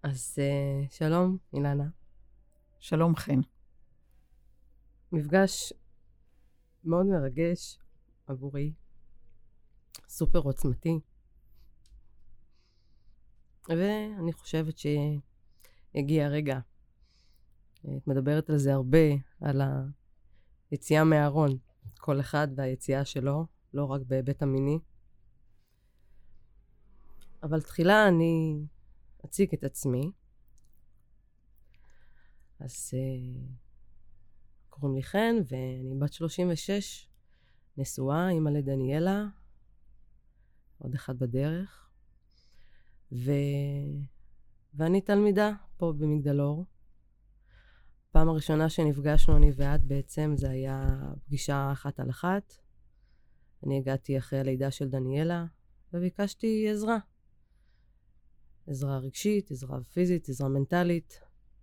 אז שלום, אילנה. שלום חן. מפגש מאוד מרגש עבורי, סופר עוצמתי. ואני חושבת שהגיע הרגע. את מדברת על זה הרבה, על היציאה מהארון. כל אחד והיציאה שלו, לא רק בהיבט המיני. אבל תחילה אני אציג את עצמי. אז קוראים לי חן, ואני בת 36, נשואה, אמא לדניאלה, עוד אחד בדרך. ואני תלמידה פה במגדלור. פעם הראשונה שנפגשנו אני ואת בעצם זה היה פגישה 1-1. אני הגעתי אחרי הלידה של דניאלה וביקשתי עזרה. עזרה רגשית, עזרה פיזית, עזרה מנטלית.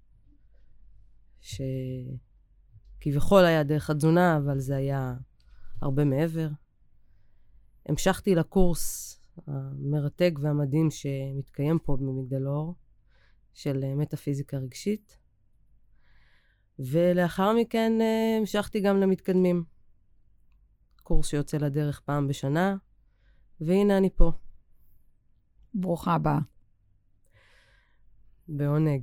שכביכול היה דרך התזונה, אבל זה היה הרבה מעבר. המשכתי לקורס המרתק והמדהים שמתקיים פה במגדלור, של מטאפיזיקה רגשית. ולאחר מכן המשכתי גם למתקדמים. קורס שיוצא לדרך פעם בשנה, והנה אני פה. ברוכה הבאה. בעונג.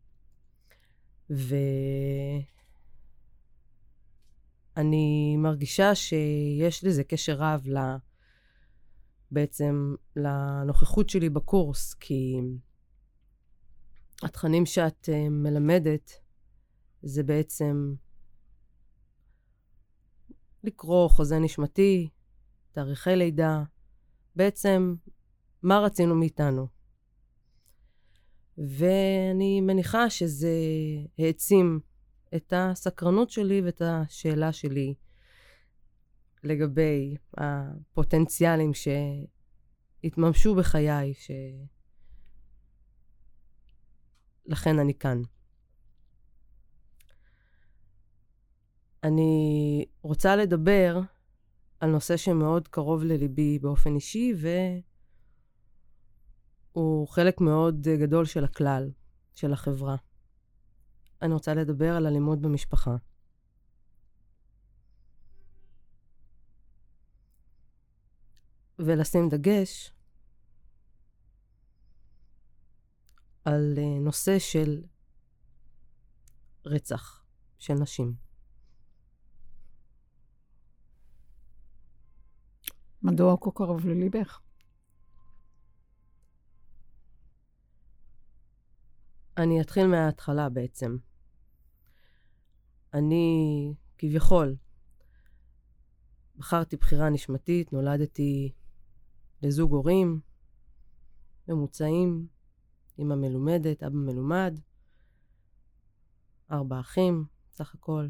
ואני מרגישה שיש לזה קשר רב בעצם לנוכחות שלי בקורס, כי התכנים שאת מלמדת זה בעצם לקרוא חוזה נשמתי, תאריכי לידה, בעצם מה רצינו מאיתנו. ואני מניחה שזה העצים את הסקרנות שלי ואת השאלה שלי לגבי הפוטנציאלים שהתממשו בחיי, לכן אני כאן. אני רוצה לדבר על נושא שמאוד קרוב לליבי באופן אישי, והוא חלק מאוד גדול של הכלל, של החברה. אני רוצה לדבר על אלימות במשפחה. ולשים דגש על נושא של רצח של נשים. מדוע הוא כה קרוב לליבך? אני אתחיל מההתחלה בעצם. אני כביכול בחרתי בחירה נשמתית, נולדתי לזוג הורים ממוצעים, אמא מלומדת, אבא מלומד, 4 אחים, סך הכל.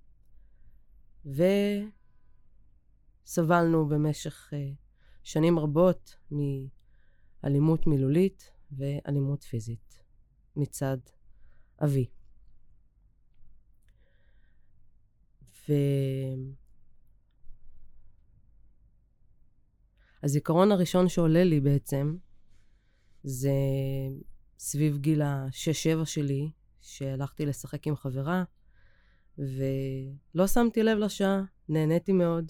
וסבלנו במשך שנים רבות מאלימות מילולית ואלימות פיזית מצד אבי. הזיכרון הראשון שעולה לי בעצם זה סביב גיל 6-7 שלי, שהלכתי לשחק עם חברה, ולא שמתי לב לשעה, נהניתי מאוד.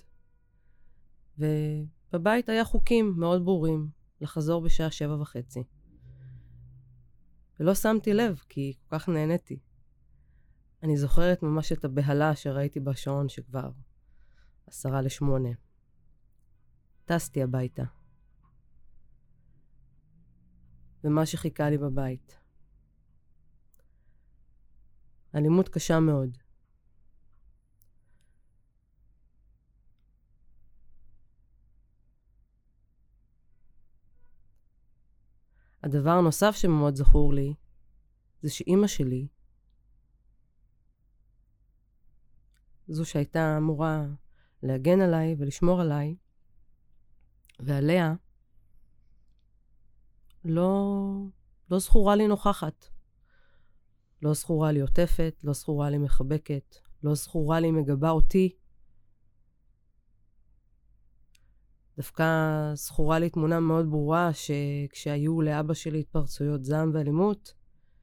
ובבית היה חוקים מאוד ברורים, לחזור בשעה 7:30. ולא שמתי לב, כי כל כך נהניתי. אני זוכרת ממש את הבהלה שראיתי בשעון שכבר 7:50. טסתי הביתה. ומה שחיכה לי בבית. אלימות קשה מאוד. הדבר הנוסף שמאוד זכור לי, זה שאמא שלי, זו שהייתה אמורה להגן עליי ולשמור עליי, ועליה, לא זכורה לי נוכחת. לא זכורה לי עוטפת, לא זכורה לי מחבקת, לא זכורה לי מגבה אותי. דווקא זכורה לי תמונה מאוד ברורה שכשהיו לאבא שלי התפרצויות זעם ואלימות,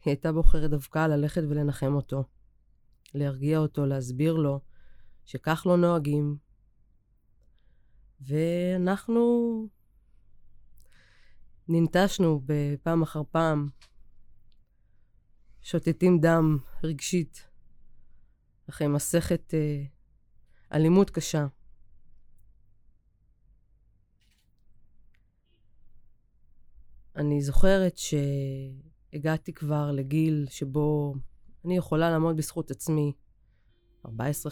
היא הייתה בוחרת דווקא ללכת ולנחם אותו, להרגיע אותו, להסביר לו שכך לא נוהגים. ואנחנו ננטשנו בפעם אחר פעם, שוטטים דם רגשית, אחרי מסכת אלימות קשה. אני זוכרת שהגעתי כבר לגיל שבו אני יכולה לעמוד בזכות עצמי, 14-15,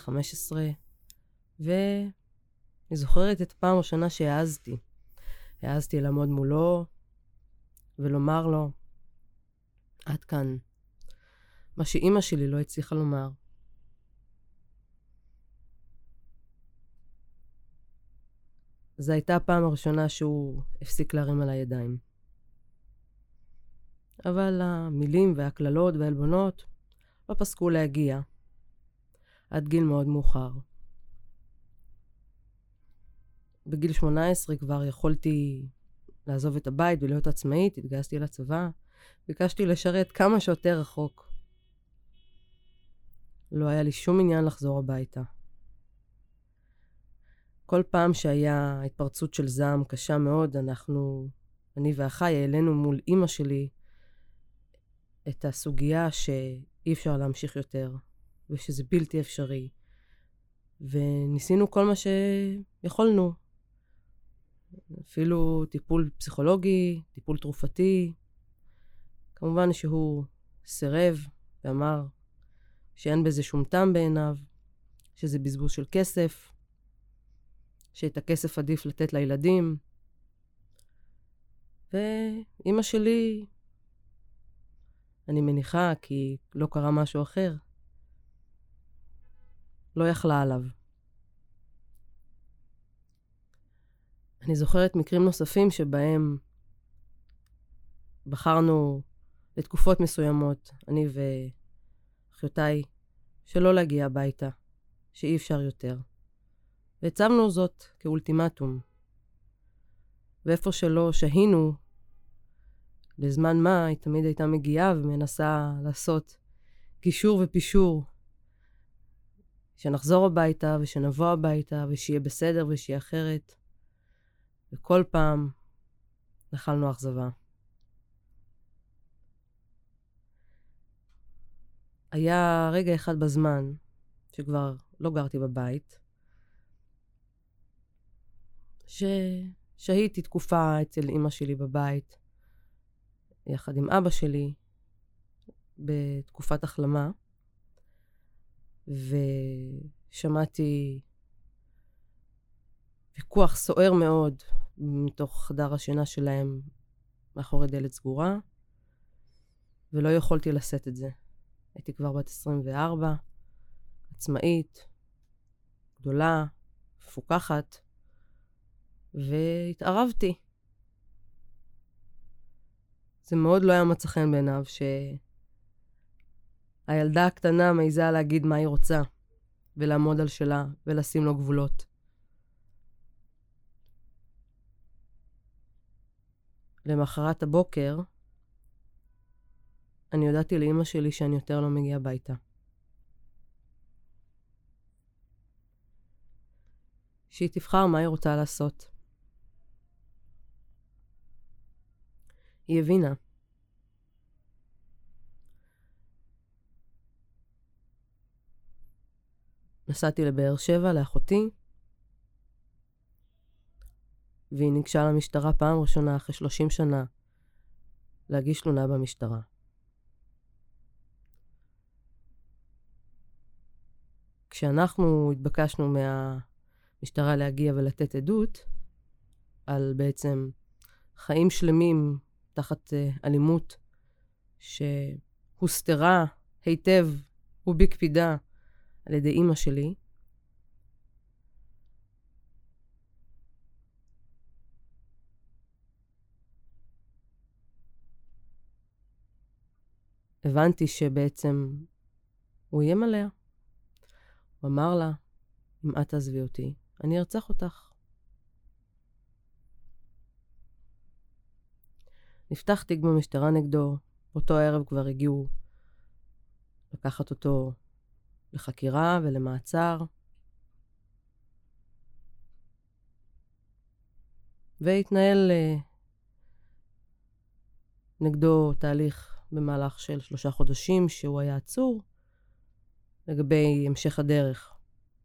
ואני זוכרת את הפעם הראשונה שהעזתי. העזתי לעמוד מולו ולומר לו, עד כאן, מה שאימא שלי לא הצליחה לומר. זו הייתה הפעם הראשונה שהוא הפסיק להרים על הידיים. אבל המילים והכללות והעלבונות לא פסקו להגיע עד גיל מאוד מאוחר. בגיל 18 כבר יכולתי לעזוב את הבית ולהיות עצמאית, התגייסתי לצבא, ביקשתי לשרת כמה שיותר רחוק. לא היה לי שום עניין לחזור הביתה. כל פעם שהיה התפרצות של זעם קשה מאוד, אני ואחיי העלינו מול אמא שלי את הסוגיה שאי אפשר להמשיך יותר, ושזה בלתי אפשרי. וניסינו כל מה שיכולנו. אפילו טיפול פסיכולוגי, טיפול תרופתי. כמובן שהוא סירב ואמר שאין בזה שום טעם בעיניו, שזה בזבוז של כסף, שאת הכסף עדיף לתת לילדים. ואמא שלי, אני מניחה כי לא קרה משהו אחר, לא יכלה עליו. אני זוכרת מקרים נוספים שבהם בחרנו לתקופות מסוימות, אני ואחיותיי, שלא להגיע הביתה, שאי אפשר יותר. והצבנו זאת כאולטימטום. ואיפה שלא שהינו, לזמן מה היא תמיד הייתה מגיעה ומנסה לעשות גישור ופישור, שנחזור הביתה ושנבוא הביתה ושיהיה בסדר ושיהיה אחרת. וכל פעם נחלנו אכזבה. היה רגע אחד בזמן שכבר לא גרתי בבית, שהייתי תקופה אצל אמא שלי בבית, יחד עם אבא שלי, בתקופת החלמה, ושמעתי ויכוח סוער מאוד מתוך חדר השינה שלהם מאחורי דלת סגורה, ולא יכולתי לשאת את זה. הייתי כבר בת 24, עצמאית, גדולה, מפוקחת, והתערבתי. זה מאוד לא היה מצא חן בעיניו שהילדה הקטנה מעיזה להגיד מה היא רוצה, ולעמוד על שלה, ולשים לו גבולות. למחרת הבוקר, אני הודעתי לאמא שלי שאני יותר לא מגיעה הביתה. שהיא תבחר מה היא רוצה לעשות. היא הבינה. נסעתי לבאר שבע לאחותי, והיא ניגשה למשטרה פעם ראשונה אחרי 30 שנה להגיש תלונה במשטרה. כשאנחנו התבקשנו מהמשטרה להגיע ולתת עדות על בעצם חיים שלמים תחת אלימות שהוסתרה היטב ובקפידה על ידי אמא שלי, הבנתי שבעצם הוא איים עליה. הוא אמר לה, אם את תעזבי אותי, אני ארצח אותך. נפתח תיק במשטרה נגדו, באותו הערב כבר הגיעו לקחת אותו לחקירה ולמעצר. והתנהל נגדו תהליך במהלך של 3 חודשים שהוא היה עצור לגבי המשך הדרך.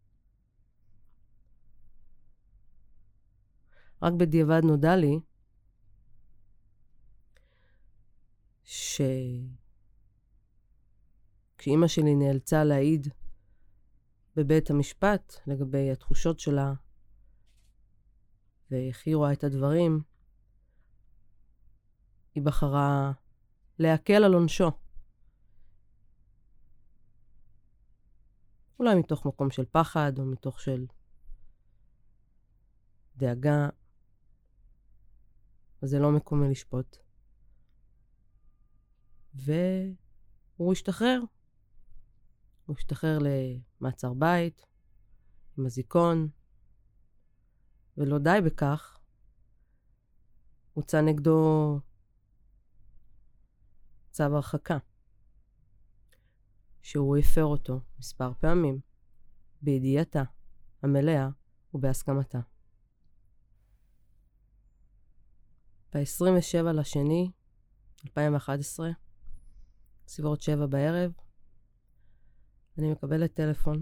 רק בדיעבד נודע לי כשאימא שלי נאלצה להעיד בבית המשפט לגבי התחושות שלה ואיך היא רואה את הדברים, היא בחרה להקל על עונשו. אולי מתוך מקום של פחד או מתוך של דאגה, אז זה לא מקום לשפוט. והוא השתחרר. הוא השתחרר למעצר בית, עם הזיכון, ולא די בכך, הוצא נגדו צו הרחקה, שהוא הפר אותו מספר פעמים, בידיעתה המלאה ובהסכמתה. ב-27/2/2011, סביבות 7 בערב, אני מקבלת טלפון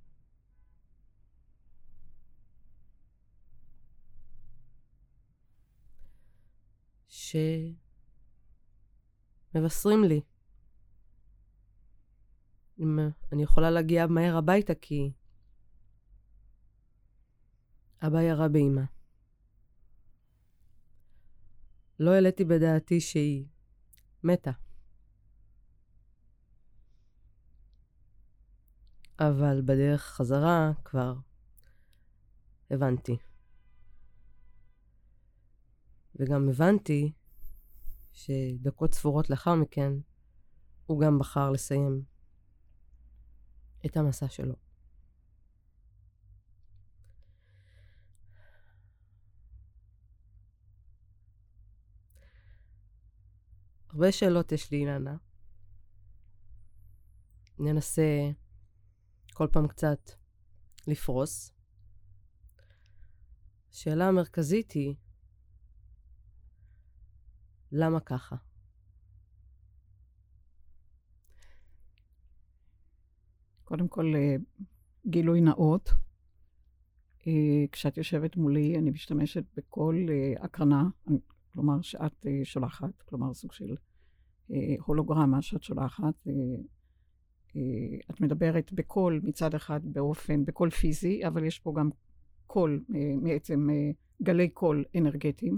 שמבשרים לי אם אני יכולה להגיע מהר הביתה כי אבא ירה באמא. לא העליתי בדעתי שהיא מתה. אבל בדרך חזרה כבר הבנתי. וגם הבנתי שדקות ספורות לאחר מכן הוא גם בחר לסיים את המסע שלו. הרבה שאלות יש לי, אילנה. ננסה כל פעם קצת לפרוס. השאלה המרכזית היא, למה ככה? קודם כל, גילוי נאות. כשאת יושבת מולי, אני משתמשת בכל הקרנה, כלומר שאת שולחת, כלומר סוג של הולוגרמה שאת שולחת. את מדברת בקול מצד אחד בקול פיזי, אבל יש פה גם קול, בעצם גלי קול אנרגטיים.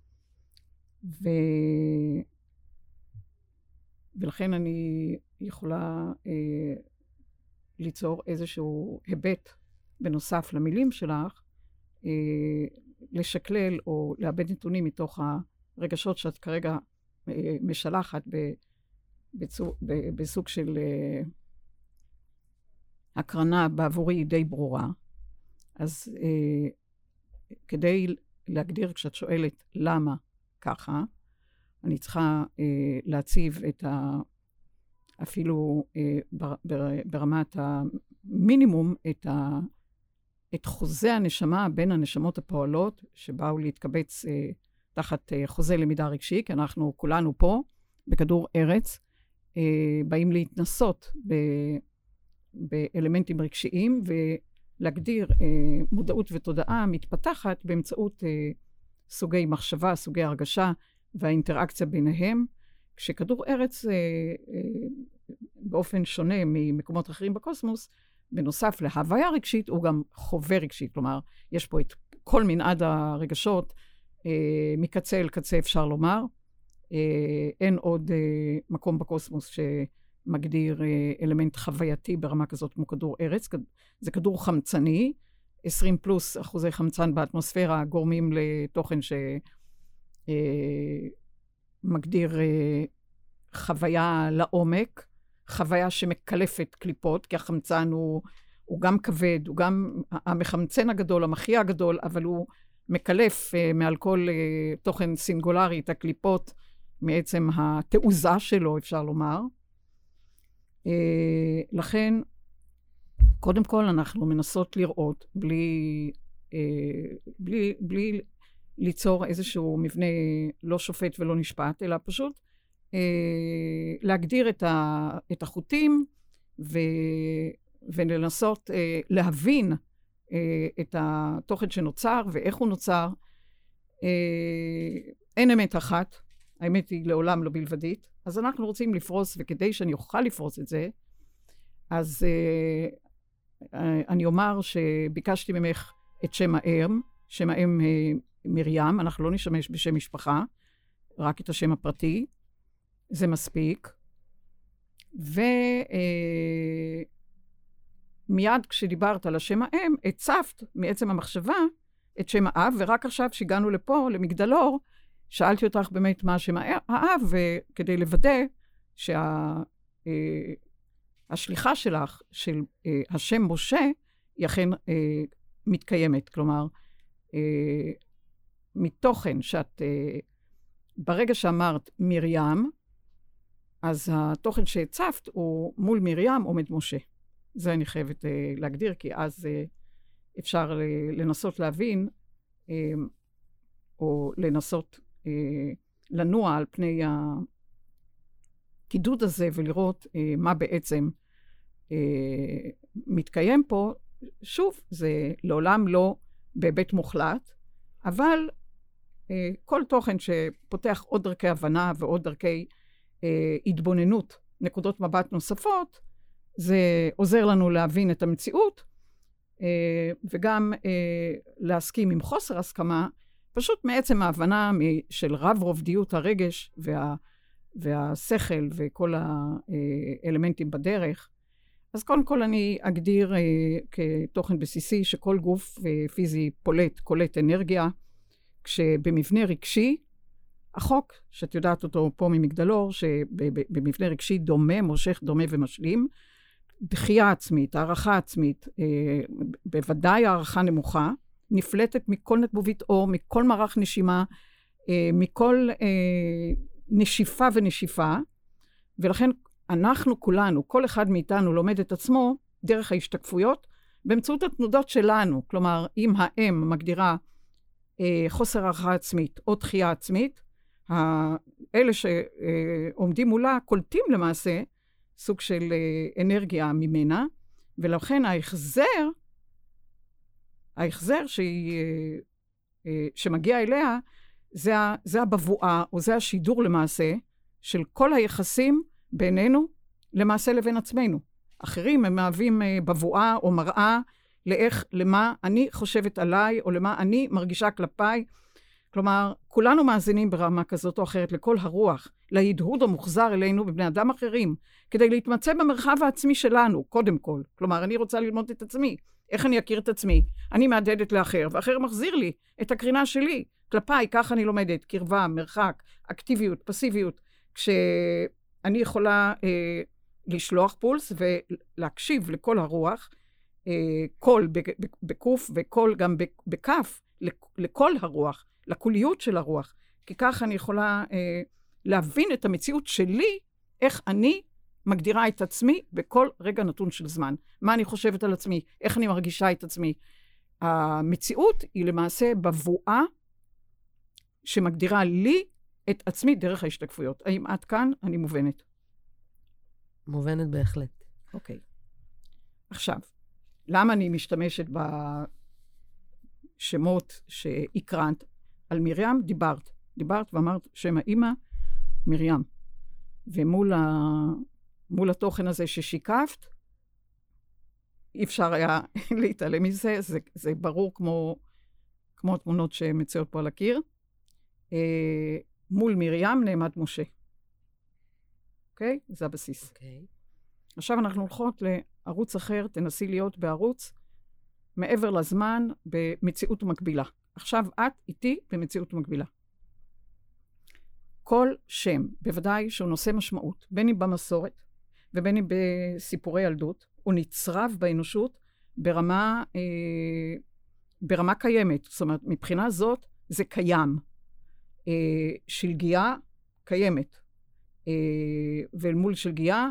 ולכן אני יכולה ליצור איזשהו היבט בנוסף למילים שלך, לשקלל או לאבד נתונים מתוך הרגשות שאת כרגע משלחת בסוג של הקרנה בעבורי די ברורה. אז כדי להגדיר, כשאת שואלת למה ככה, אני צריכה להציב אפילו ברמת המינימום את חוזה הנשמה בין הנשמות הפועלות שבאו להתקבץ תחת חוזה למידה רגשי, כי אנחנו כולנו פה בכדור ארץ, באים להתנסות באלמנטים רגשיים ולהגדיר מודעות ותודעה מתפתחת באמצעות סוגי מחשבה, סוגי הרגשה והאינטראקציה ביניהם, כשכדור ארץ באופן שונה ממקומות אחרים בקוסמוס, בנוסף להוויה רגשית, הוא גם חווה רגשית. כלומר, יש פה את כל מנעד הרגשות, מקצה אל קצה אפשר לומר. אין עוד מקום בקוסמוס שמגדיר אלמנט חווייתי ברמה כזאת כמו כדור ארץ. זה כדור חמצני, 20+ אחוזי חמצן באטמוספירה גורמים לתוכן שמגדיר חוויה לעומק, חוויה שמקלפת קליפות, כי החמצן הוא גם כבד, הוא גם המחמצן הגדול, המחיה הגדול, אבל הוא מקלף מעל כל תוכן סינגולרי את הקליפות, מעצם התעוזה שלו, אפשר לומר. לכן, קודם כל אנחנו מנסות לראות, בלי ליצור איזשהו מבנה לא שופט ולא נשפט, אלא פשוט להגדיר את החוטים ולנסות להבין את התוכן שנוצר ואיך הוא נוצר. אין אמת אחת, האמת היא לעולם לא בלבדית, אז אנחנו רוצים לפרוס, וכדי שאני אוכל לפרוס את זה, אז אני אומר שביקשתי ממך את שם האם, שם האם מרים, אנחנו לא נשמש בשם משפחה, רק את השם הפרטי, זה מספיק. ומיד כשדיברת על השם האם, הצפת מעצם המחשבה את שם האב, ורק עכשיו שהגענו לפה, למגדלור, שאלתי אותך באמת מה השם האב, וכדי לוודא שהשליחה שלך, של השם משה, היא אכן מתקיימת. כלומר, מתוכן שאת, ברגע שאמרת מרים, אז התוכן שהצפת הוא מול מרים עומד משה. זה אני חייבת להגדיר, כי אז אפשר לנסות להבין, או לנסות לנוע על פני הקידוד הזה, ולראות מה בעצם מתקיים פה. שוב, זה לעולם לא בהיבט מוחלט, אבל כל תוכן שפותח עוד דרכי הבנה ועוד דרכי התבוננות, נקודות מבט נוספות, זה עוזר לנו להבין את המציאות, וגם להסכים עם חוסר הסכמה, פשוט מעצם ההבנה של רב רובדיות הרגש והשכל וכל האלמנטים בדרך. אז קודם כל אני אגדיר כתוכן בסיסי שכל גוף פיזי קולט אנרגיה, כשבמבנה רגשי, החוק, שאת יודעת אותו פה ממגדלור, שבמבנה רגשי דומה, מושך, דומה ומשלים, דחייה עצמית, הערכה עצמית, בוודאי הערכה נמוכה, נפלטת מכל נתבובית אור, מכל מערך נשימה, מכל נשיפה ונשיפה, ולכן אנחנו כולנו, כל אחד מאיתנו לומד את עצמו דרך ההשתקפויות, באמצעות התנודות שלנו. כלומר, אם האם מגדירה חוסר הערכה עצמית או דחייה עצמית, אלה שעומדים מולה קולטים למעשה סוג של אנרגיה ממנה, ולכן ההחזר שמגיע אליה, זה הבבואה, או זה השידור למעשה, של כל היחסים בינינו, למעשה לבין עצמנו. אחרים הם מהווים בבואה או מראה, למה אני חושבת עליי, או למה אני מרגישה כלפיי. כלומר, כולנו מאזינים ברמה כזאת או אחרת לכל הרוח, להדהוד המוחזר אלינו בבני אדם אחרים, כדי להתמצא במרחב העצמי שלנו, קודם כל. כלומר, אני רוצה ללמוד את עצמי. איך אני אכיר את עצמי? אני מעדדת לאחר, ואחר מחזיר לי את הקרינה שלי. כלפיי, כך אני לומדת, קרבה, מרחק, אקטיביות, פסיביות, כשאני יכולה לשלוח פולס ולהקשיב לכל הרוח, קול בקוף וקול גם בכף, לכל הרוח, לקוליות של הרוח, כי כך אני יכולה להבין את המציאות שלי, איך אני מגדירה את עצמי בכל רגע נתון של זמן. מה אני חושבת על עצמי, איך אני מרגישה את עצמי. המציאות היא למעשה בבואה שמגדירה לי את עצמי דרך ההשתקפויות. האם עד כאן אני מובנת? מובנת בהחלט. אוקיי. עכשיו, למה אני משתמשת בשמות שהקרנת? על מרים דיברת ואמרת שם האמא מרים. ומול התוכן הזה ששיקפת, אי אפשר היה להתעלם מזה, זה ברור כמו התמונות שמצויות פה על הקיר. מול מרים נעמד משה. אוקיי? זה הבסיס. אוקיי. עכשיו אנחנו הולכות לערוץ אחר, תנסי להיות בערוץ מעבר לזמן במציאות מקבילה. עכשיו את איתי במציאות מקבילה. כל שם, בוודאי שהוא נושא משמעות, בין אם במסורת ובין אם בסיפורי ילדות, הוא נצרב באנושות ברמה קיימת. זאת אומרת, מבחינה זאת זה קיים. שלגיה קיימת, ואל מול שלגיה,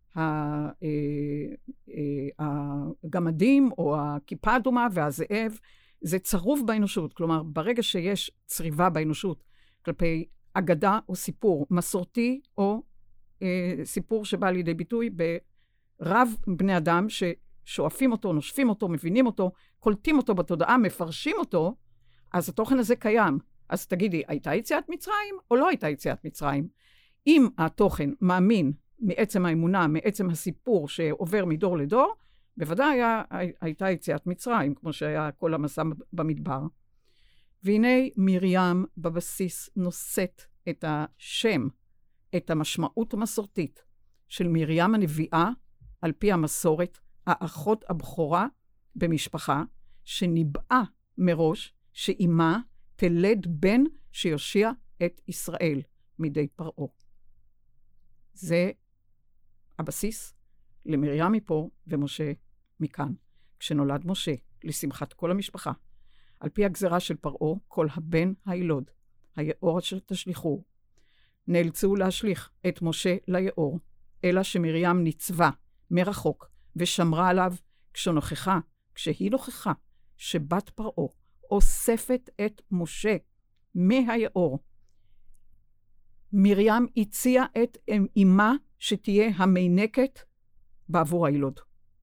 הגמדים או הכיפה האדומה והזאב, זה צרוף באנושות. כלומר, ברגע שיש צריבה באנושות כלפי אגדה או סיפור מסורתי, או סיפור שבא לידי ביטוי ברב בני אדם ששואפים אותו, נושפים אותו, מבינים אותו, קולטים אותו בתודעה, מפרשים אותו, אז התוכן הזה קיים. אז תגידי, הייתה יציאת מצרים או לא הייתה יציאת מצרים? אם התוכן מאמין מעצם האמונה, מעצם הסיפור שעובר מדור לדור, בוודאי הייתה יציאת מצרים, כמו שהיה כל המסע במדבר. והנה מרים בבסיס נושאת את השם, את המשמעות המסורתית של מרים הנביאה, על פי המסורת, האחות הבכורה במשפחה, שניבאה מראש שאימה תלד בן שיושיע את ישראל מידי פרעה. זה הבסיס למרים מפה ומשה מכאן. כשנולד משה, לשמחת כל המשפחה, על פי הגזרה של פרעה, כל הבן הילוד, היאור אשר תשליכו, נאלצו להשליך את משה ליאור, אלא שמרים ניצבה מרחוק ושמרה עליו כשהיא נוכחה שבת פרעה אוספת את משה מהיאור. מרים הציעה את אמה שתהיה המינקת בעבור הילוד.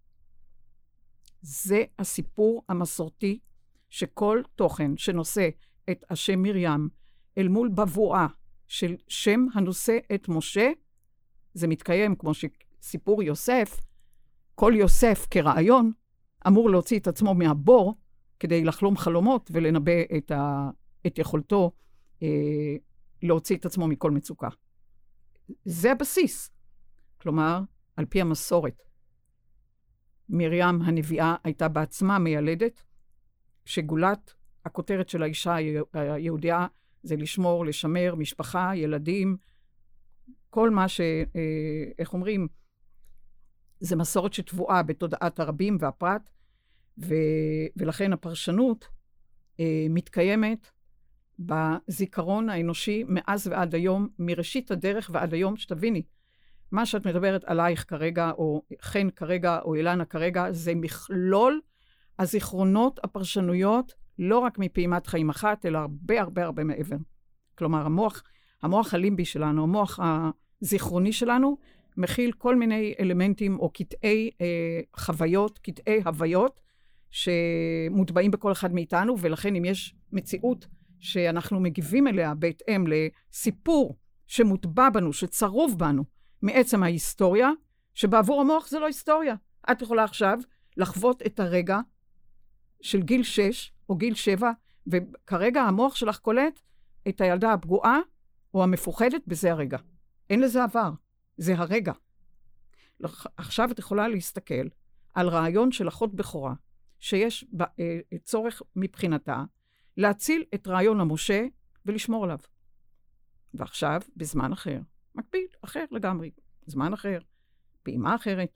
זה הסיפור המסורתי שכל תוכן שנושא את השם מרים אל מול בבואה של שם הנושא את משה, זה מתקיים כמו שסיפור יוסף, כל יוסף כרעיון אמור להוציא את עצמו מהבור כדי לחלום חלומות ולנבא את יכולתו להוציא את עצמו מכל מצוקה. זה הבסיס. כלומר, על פי המסורת, מרים הנביאה הייתה בעצמה מיילדת, שגולת הכותרת של האישה היהודיה זה לשמור, לשמר, משפחה, ילדים, כל מה איך אומרים, זה מסורת שטבועה בתודעת הרבים והפרט, ולכן הפרשנות מתקיימת בזיכרון האנושי מאז ועד היום, מראשית הדרך ועד היום, שתביני, מה שאת מדברת עלייך כרגע, או חן כרגע, או אילנה כרגע, זה מכלול הזיכרונות, הפרשנויות, לא רק מפעימת חיים אחת, אלא הרבה הרבה הרבה מעבר. כלומר, המוח הלימבי שלנו, המוח הזיכרוני שלנו, מכיל כל מיני אלמנטים או קטעי חוויות, קטעי הוויות, שמוטבעים בכל אחד מאיתנו, ולכן אם יש מציאות שאנחנו מגיבים אליה בהתאם לסיפור שמוטבע בנו, שצרוב בנו, מעצם ההיסטוריה, שבעבור המוח זה לא היסטוריה. את יכולה עכשיו לחוות את הרגע של גיל 6 או גיל 7, וכרגע המוח שלך קולט את הילדה הפגועה או המפוחדת בזה הרגע. אין לזה עבר, זה הרגע. עכשיו את יכולה להסתכל על רעיון של אחות בכורה, שיש צורך מבחינתה להציל את רעיון המשה ולשמור עליו. ועכשיו, בזמן אחר, מקביל, אחר לגמרי, זמן אחר, פעימה אחרת,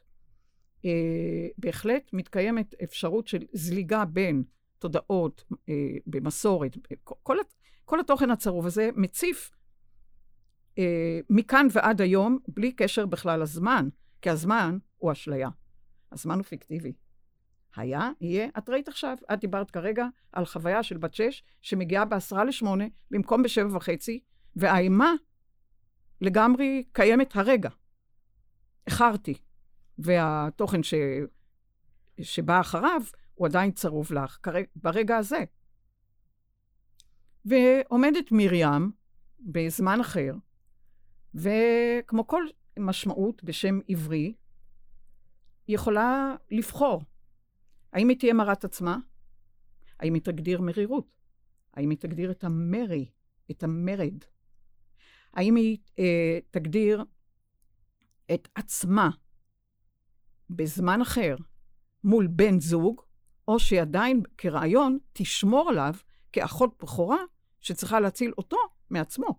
בהחלט מתקיימת אפשרות של זליגה בין תודעות, במסורת, כל התוכן הצרוב הזה מציף מכאן ועד היום, בלי קשר בכלל לזמן, כי הזמן הוא אשליה. הזמן הוא פיקטיבי. היה, יהיה, את ראית עכשיו, את דיברת כרגע על חוויה של בת 6, שמגיעה ב7:50, במקום ב7:30, והאימה לגמרי קיימת הרגע. אחרתי. והתוכן שבא אחריו, הוא עדיין צרוב לך, ברגע הזה. ועומדת מרים בזמן אחר, וכמו כל משמעות בשם עברי, היא יכולה לבחור. האם היא תהיה מרת עצמה? האם היא תגדיר מרירות? האם היא תגדיר את המרי, את המרד? האם היא תגדיר את עצמה בזמן אחר מול בן זוג, או שעדיין כרעיון תשמור עליו כאחות בכורה שצריכה להציל אותו מעצמו?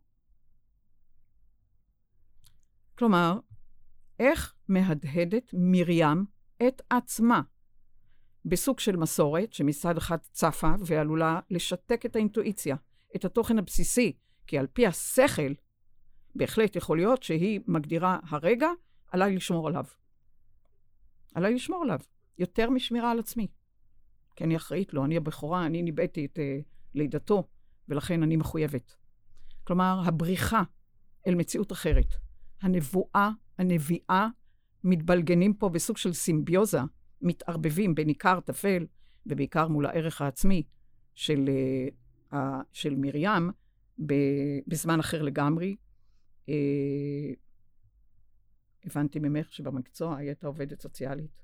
כלומר, איך מהדהדת מרים את עצמה בסוג של מסורת שמצד אחד צפה ועלולה לשתק את האינטואיציה, את התוכן הבסיסי, כי על פי השכל בהחלט יכול להיות שהיא מגדירה הרגע, עליי לשמור עליו. עליי לשמור עליו, יותר משמירה על עצמי. כי אני אחראית לו, אני הבכורה, אני ניבאתי את לידתו, ולכן אני מחויבת. כלומר, הבריחה אל מציאות אחרת, הנבואה, הנביאה, מתבלגנים פה בסוג של סימביוזה, מתערבבים בין עיקר תפל, ובעיקר מול הערך העצמי של מרים, בזמן אחר לגמרי. הבנתי ממך שבמקצוע הייתה עובדת סוציאלית.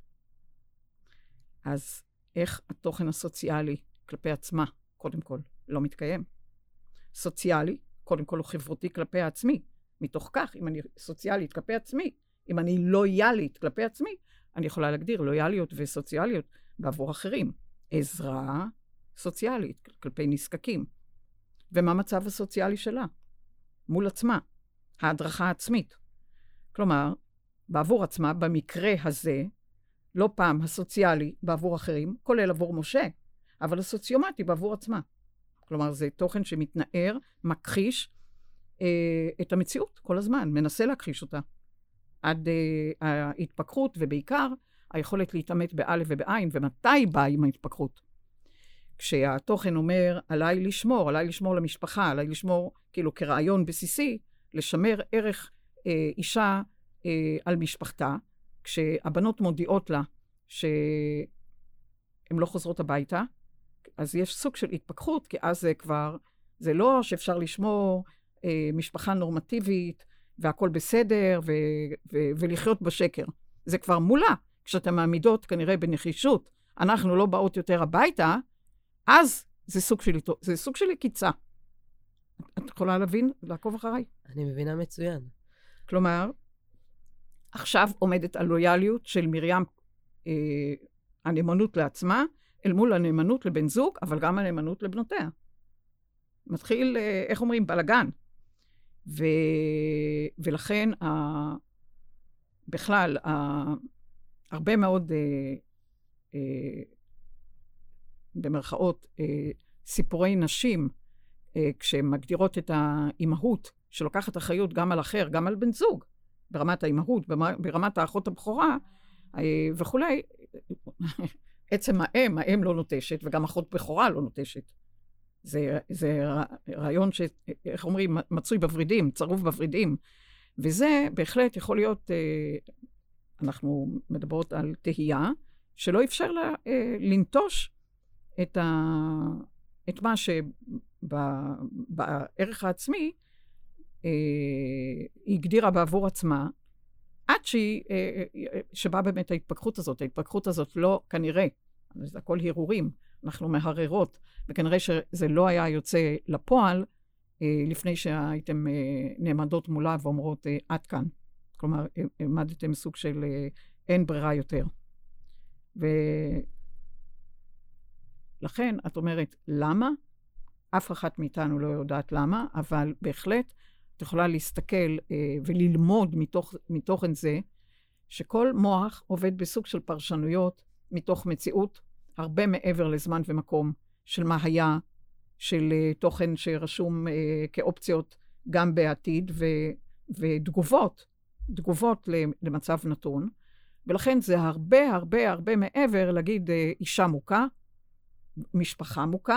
אז איך התוכן הסוציאלי כלפי עצמה, קודם כל, לא מתקיים? סוציאלי, קודם כל, הוא חברותי כלפי עצמי. מתוך כך, אם אני סוציאלית כלפי עצמי, אם אני לויאלית כלפי עצמי, אני יכולה להגדיר לויאליות וסוציאליות בעבור אחרים. עזרה סוציאלית כלפי נזקקים. ומה המצב הסוציאלי שלה? מול עצמה. ההדרכה העצמית. כלומר, בעבור עצמה, במקרה הזה, לא פעם הסוציאלי בעבור אחרים, כולל עבור משה, אבל הסוציומטי בעבור עצמה. כלומר, זה תוכן שמתנער, מכחיש את המציאות כל הזמן, מנסה להכחיש אותה. עד ההתפכחות, ובעיקר היכולת להתאמת באלף ובעין, ומתי באה עם ההתפכחות. כשהתוכן אומר, עליי לשמור למשפחה, עליי לשמור כאילו כרעיון בסיסי, לשמר ערך אישה על משפחתה, כשהבנות מודיעות לה שהן לא חוזרות הביתה, אז יש סוג של התפכחות, כי אז זה כבר, זה לא שאפשר לשמור משפחה נורמטיבית, והכל בסדר, ולחיות בשקר. זה כבר מולה, כשאתם מעמידות כנראה בנחישות, אנחנו לא באות יותר הביתה, אז זה סוג של קיצה. את יכולה להבין, לעקוב אחריי? אני מבינה מצוין. כלומר, עכשיו עומדת הלויאליות של מרים, הנאמנות לעצמה, אל מול הנאמנות לבן זוג, אבל גם הנאמנות לבנותיה. מתחיל, איך אומרים, בלגן. ולכן, בכלל, הרבה מאוד, במרכאות, סיפורי נשים, כשהן מגדירות את האימהות, שלוקחת אחריות גם על אחר, גם על בן זוג, ברמת האימהות, ברמת האחות הבכורה, וכולי, עצם האם לא נוטשת, וגם אחות בכורה לא נוטשת. זה רעיון איך אומרים, מצוי בוורידים, צרוב בוורידים, וזה בהחלט יכול להיות, אנחנו מדברות על תהייה, שלא אפשר לה לנטוש את מה שבערך העצמי היא הגדירה בעבור עצמה, עד שבאה באמת ההתפכחות הזאת. ההתפכחות הזאת לא, כנראה, זה הכל הרהורים, אנחנו מהררות, וכנראה שזה לא היה יוצא לפועל, לפני שהייתם נעמדות מולה ואומרות, עד כאן. כלומר, עמדתם סוג של אין ברירה יותר. ולכן, את אומרת, למה? אף אחת מאיתנו לא יודעת למה, אבל בהחלט את יכולה להסתכל וללמוד מתוכן זה, שכל מוח עובד בסוג של פרשנויות מתוך מציאות, הרבה מעבר לזמן ומקום של מה היה, של תוכן שרשום כאופציות גם בעתיד, ותגובות למצב נתון, ולכן זה הרבה הרבה הרבה מעבר להגיד אישה מוכה, משפחה מוכה,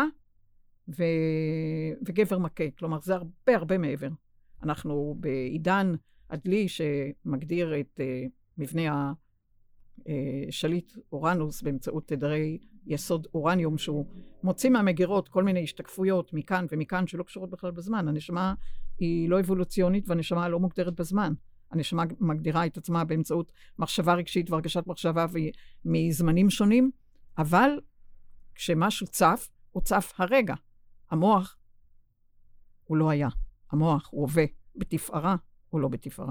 וגבר מכה. כלומר, זה הרבה הרבה מעבר. אנחנו בעידן הדלי שמגדיר את מבנה השליט אורנוס באמצעות תדרי יסוד אורניום, שהוא מוציא מהמגירות כל מיני השתקפויות מכאן ומכאן שלא קשורות בכלל בזמן. הנשמה היא לא אבולוציונית והנשמה לא מוגדרת בזמן. הנשמה מגדירה את עצמה באמצעות מחשבה רגשית והרגשת מחשבה מזמנים שונים, אבל כשמשהו צף, הוא צף הרגע. המוח הוא לא היה. המוח הוא הווה בתפארה, הוא לא בתפארה.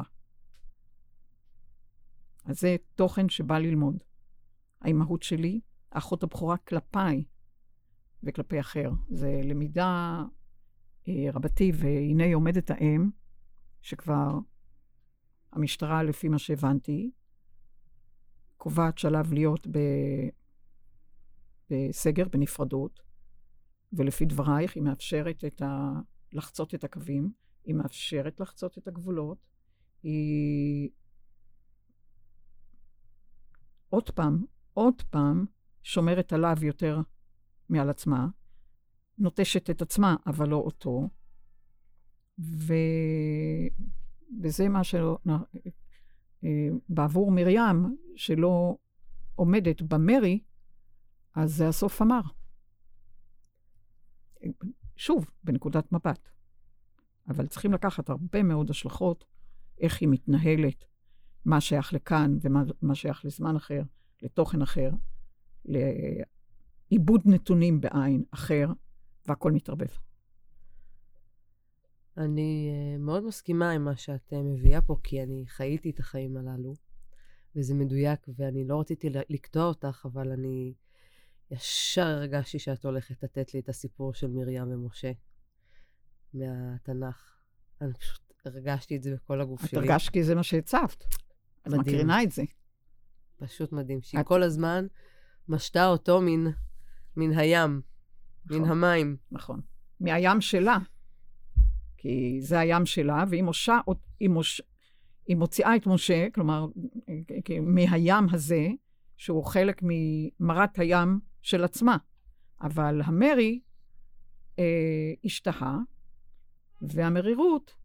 אז זה תוכן שבא ללמוד. האימהות שלי, האחות הבכורה כלפיי וכלפי אחר. זה למידה רבתי, והנה עומדת האם, שכבר המשטרה, לפי מה שהבנתי, קובעת שלב להיות בסגר, בנפרדות, ולפי דברייך היא מאפשרת לחצות את הקווים, היא מאפשרת לחצות את הגבולות, היא עוד פעם שומרת עליו יותר מעל עצמה, נוטשת את עצמה, אבל לא אותו, וזה מה בעבור מרים, שלא עומדת במרי, אז זה הסוף המר. שוב, בנקודת מבט. אבל צריכים לקחת הרבה מאוד השלכות, איך היא מתנהלת, מה שייך לכאן ומה שייך לזמן אחר, לתוכן אחר, לעיבוד נתונים בעין אחר, והכל מתערבב. אני מאוד מסכימה עם מה שאת מביאה פה, כי אני חייתי את החיים הללו, וזה מדויק, ואני לא רציתי לקטוע אותך, אבל אני ישר הרגשתי שאת הולכת לתת לי את הסיפור של מרים ומשה מהתנ"ך. אני פשוט הרגשתי את זה בכל הגוף שלי. את הרגשת כי זה מה שהצבת. את מקרינה את זה. פשוט מדהים. שהיא כל הזמן משתה אותו מן הים, נכון. מן המים. נכון. מהים שלה. כי זה הים שלה, והיא מוציאה את משה, כלומר, מהים הזה, שהוא חלק ממרת הים של עצמה. אבל המרי השתהה, והמרירות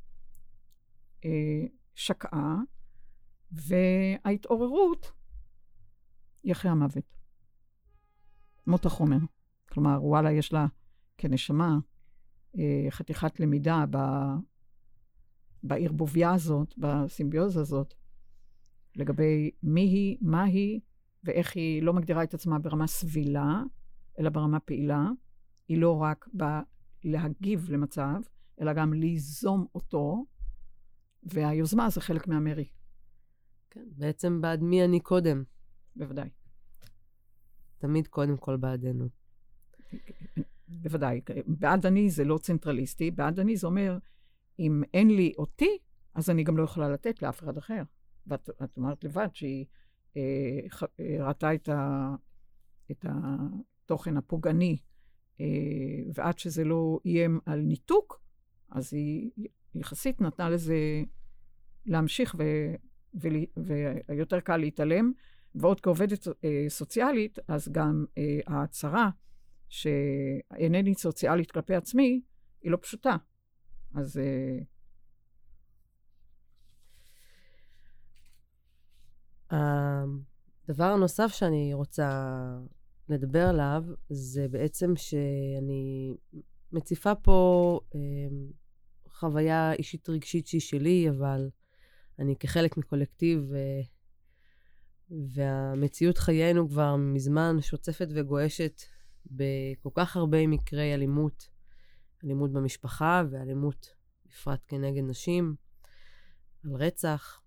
שקעה, וההתעוררות היא אחרי המוות. מות החומר. כלומר, וואלה, יש לה כנשמה חתיכת למידה בערבוביה הזאת, בסימביוזה הזאת, לגבי מי היא, מה היא, ואיך היא לא מגדירה את עצמה ברמה סבילה, אלא ברמה פעילה. היא לא רק באה להגיב למצב, אלא גם ליזום אותו, והיוזמה זה חלק מהמרי. כן, בעצם בעד מי אני קודם. בוודאי. תמיד קודם כל בעדנו. בוודאי. בעד אני זה לא צנטרליסטי, בעד אני זה אומר, אם אין לי אותי, אז אני גם לא יכולה לתת לאף אחד אחר. ואת אמרת לבד שהיא ראתה את התוכן הפוגעני, ועד שזה לא איים על ניתוק, אז היא יחסית נתנה לזה להמשיך ויותר קל להתעלם, ועוד כעובדת סוציאלית, אז גם ההצהרה שאינני סוציאלית כלפי עצמי, היא לא פשוטה. אז הדבר הנוסף שאני רוצה לדבר עליו, זה בעצם שאני מציפה פה חוויה אישית רגשית שהיא שלי, אבל אני כחלק מקולקטיב, והמציאות חיינו כבר מזמן שוצפת וגועשת בכל כך הרבה מקרי אלימות, אלימות במשפחה ואלימות בפרט כנגד נשים, על רצח,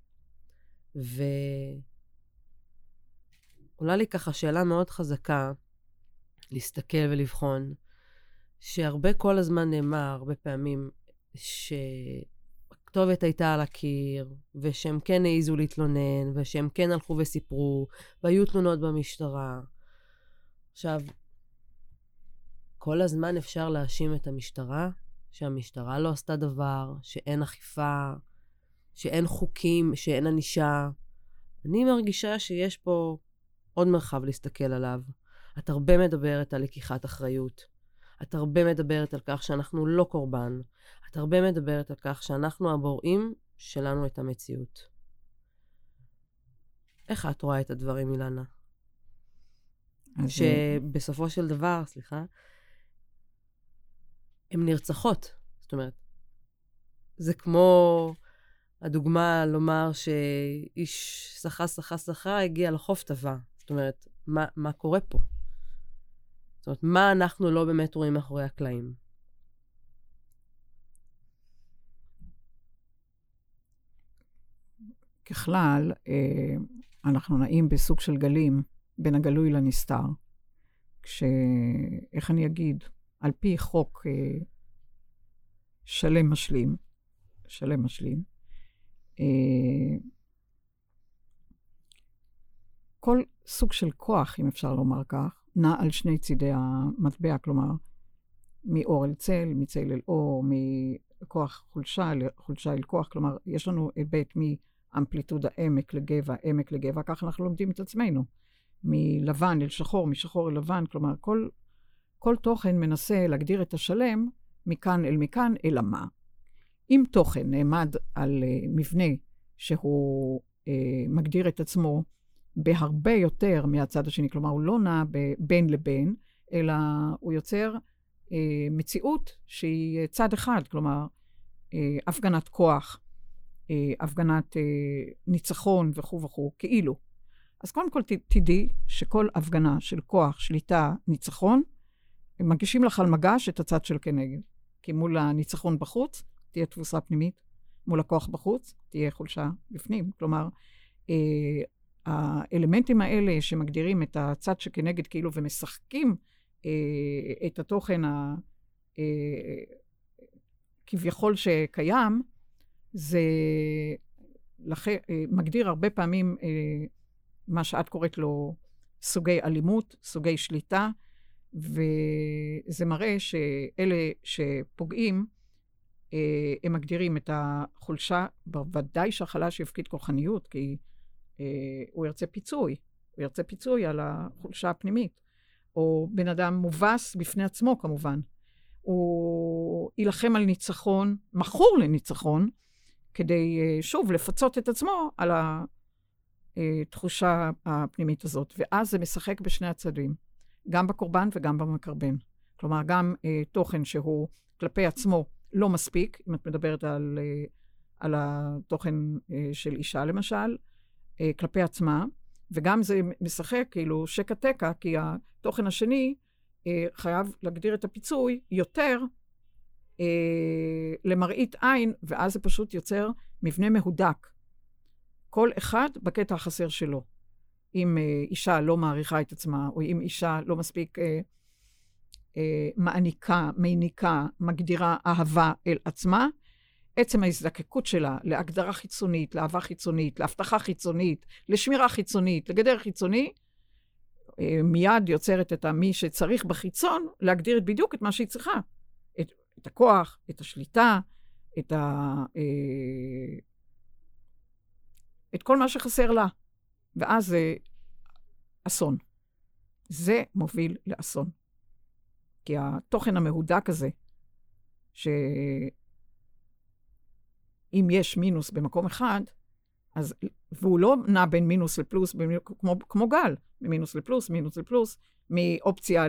עולה לי ככה שאלה מאוד חזקה להסתכל ולבחון, שהרבה כל הזמן נאמר, הרבה פעמים, שהכתובת הייתה על הקיר, ושהם כן העיזו להתלונן, ושהם כן הלכו וסיפרו, והיו תלונות במשטרה. עכשיו, כל הזמן אפשר להאשים את המשטרה, שהמשטרה לא עשתה דבר, שאין אכיפה, שאין חוקים, שאין ענישה. אני מרגישה שיש פה עוד מרחב להסתכל עליו. את הרבה מדברת על לקיחת אחריות. את הרבה מדברת על כך שאנחנו לא קורבן. את הרבה מדברת על כך שאנחנו הבוראים שלנו את המציאות. איך את רואה את הדברים, אילנה? שבסופו של דבר, הן נרצחות. זאת אומרת, זה כמו הדוגמה לומר שאיש שחה, הגיע לחוף טבע. זאת אומרת, מה קורה פה? זאת אומרת, מה אנחנו לא באמת רואים מאחורי הקלעים? ככלל, אנחנו נעים בסוג של גלים בין הגלוי לנסתר, איך אני אגיד, על פי חוק שלם משלים, כל סוג של כוח, אם אפשר לומר כך, נע על שני צידי המטבע, כלומר, מאור אל צל, מצל אל אור, כוח חולשה, חולשה אל כוח, כלומר, יש לנו היבט מאמפליטודה עמק לגבע, עמק לגבע, כך אנחנו לומדים את עצמנו. מלבן אל שחור, משחור אל לבן, כלומר, כל תוכן מנסה להגדיר את השלם מכאן אל מכאן, אלא מה? אם תוכן נעמד על מבנה שהוא מגדיר את עצמו בהרבה יותר מהצד השני, כלומר, הוא לא נע בין לבין, אלא הוא יוצר מציאות שהיא צד אחד, כלומר, הפגנת כוח, הפגנת ניצחון וכו' וכו', כאילו. אז קודם כל תדעי שכל הפגנה של כוח, שליטה, ניצחון, הם מגישים לך על מגש את הצד של כנגד. כי מול הניצחון בחוץ, תהיה תבוסה פנימית, מול הכוח בחוץ, תהיה חולשה בפנים. כלומר, האלמנטים האלה שמגדירים את הצד שכנגד כאילו ומשחקים את התוכן כביכול שקיים, זה מגדיר הרבה פעמים מה שאת קוראת לו סוגי אלימות, סוגי שליטה, וזה מראה שאלה שפוגעים, הם מגדירים את החולשה, בוודאי שהחלש יפקיד כוחניות, כי הוא ירצה פיצוי, הוא ירצה פיצוי על החולשה הפנימית, או בן אדם מובס בפני עצמו כמובן, הוא ילחם על ניצחון, מכור לניצחון, כדי שוב לפצות את עצמו על התחושה הפנימית הזאת, ואז זה משחק בשני הצדדים, גם בקורבן וגם במקרבן. כלומר, גם תוכן שהוא כלפי עצמו לא מספיק, אם את מדברת על התוכן של אישה למשל, כלפי עצמה, וגם זה משחק כאילו שקע-תקע, כי התוכן השני חייב להגדיר את הפיצוי יותר למראית עין, ואז זה פשוט יוצר מבנה מהודק. כל אחד בקטע החסר שלו. אם אישה לא מעריכה את עצמה, או אם אישה לא מספיק מעניקה, מעניקה, מגדירה אהבה אל עצמה, עצם ההזדקקות שלה להגדרה חיצונית, לאהבה חיצונית, להבטחה חיצונית, לשמירה חיצונית, לגדר חיצוני, מיד יוצרת את מי שצריך בחיצון להגדיר בדיוק את מה שהיא צריכה. את הכוח, את השליטה, את כל מה שחסר לה. ואז זה אסון. זה מוביל לאסון. כי התוכן המהודק הזה, שאם יש מינוס במקום אחד, אז, והוא לא נע בין מינוס לפלוס, כמו גל, ממינוס לפלוס, מינוס לפלוס, מאופציה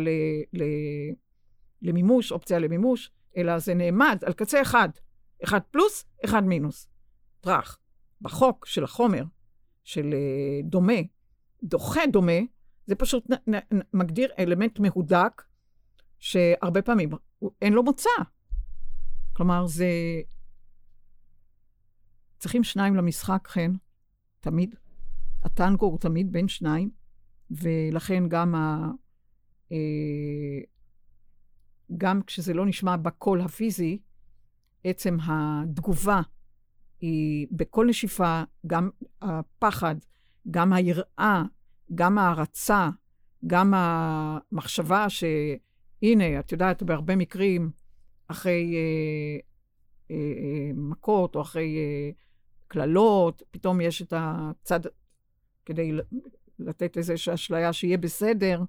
למימוש, אופציה למימוש, אלא זה נעמד על קצה אחד, אחד פלוס, אחד מינוס. טרח. בחוק של החומר, של דומה, דוחה דומה, זה פשוט מגדיר אלמנט מהודק, שהרבה פעמים אין לו מוצא. כלומר, זה צריכים שניים למשחק, כן, תמיד. הטנגו הוא תמיד בין שניים, ולכן גם כשזה לא נשמע בקול הפיזי, עצם התגובה היא בכל נשיפה, גם הפחד, גם היראה, גם ההרצה, גם המחשבה שהנה, את יודעת, בהרבה מקרים, אחרי מכות או אחרי כללות, פתאום יש את הצד, כדי לתת איזושהי אשליה שיהיה בסדר,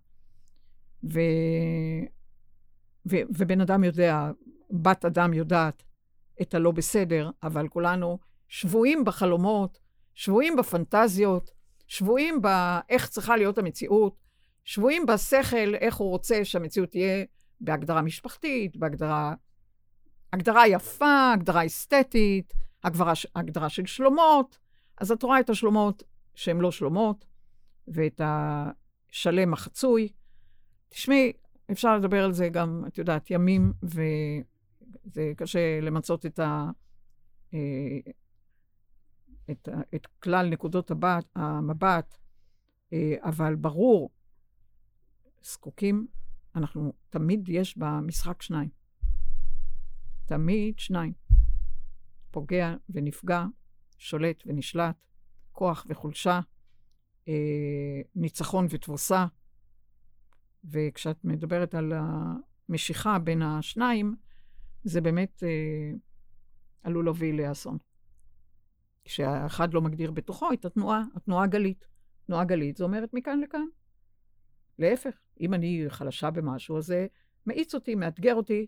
ובן אדם יודע, בת אדם יודעת את הלא בסדר, אבל כולנו שבועים בחלומות, שבועים בפנטזיות, שבועים באיך צריכה להיות המציאות, שבועים בשכל, איך הוא רוצה שהמציאות תהיה בהגדרה משפחתית, הגדרה יפה, הגדרה אסתטית, הגדרה של שלומות. אז את רואה את השלומות שהן לא שלומות, ואת השלם החצוי. תשמעי, אפשר לדבר על זה גם, את יודעת, ימים, וזה קשה למצות את כלל נקודות המבט, אבל ברור, זקוקים, אנחנו תמיד יש במשחק שניים. תמיד שניים. פוגע ונפגע, שולט ונשלט, כוח וחולשה, ניצחון ותבוסה. וכשאת מדברת על המשיכה בין השניים, זה באמת עלול להוביל לאסון. כשהאחד לא מגדיר בתוכו את התנועה הגלית. תנועה גלית, זה אומרת מכאן לכאן. להפך, אם אני חלשה במשהו, אז זה מאיץ אותי, מאתגר אותי,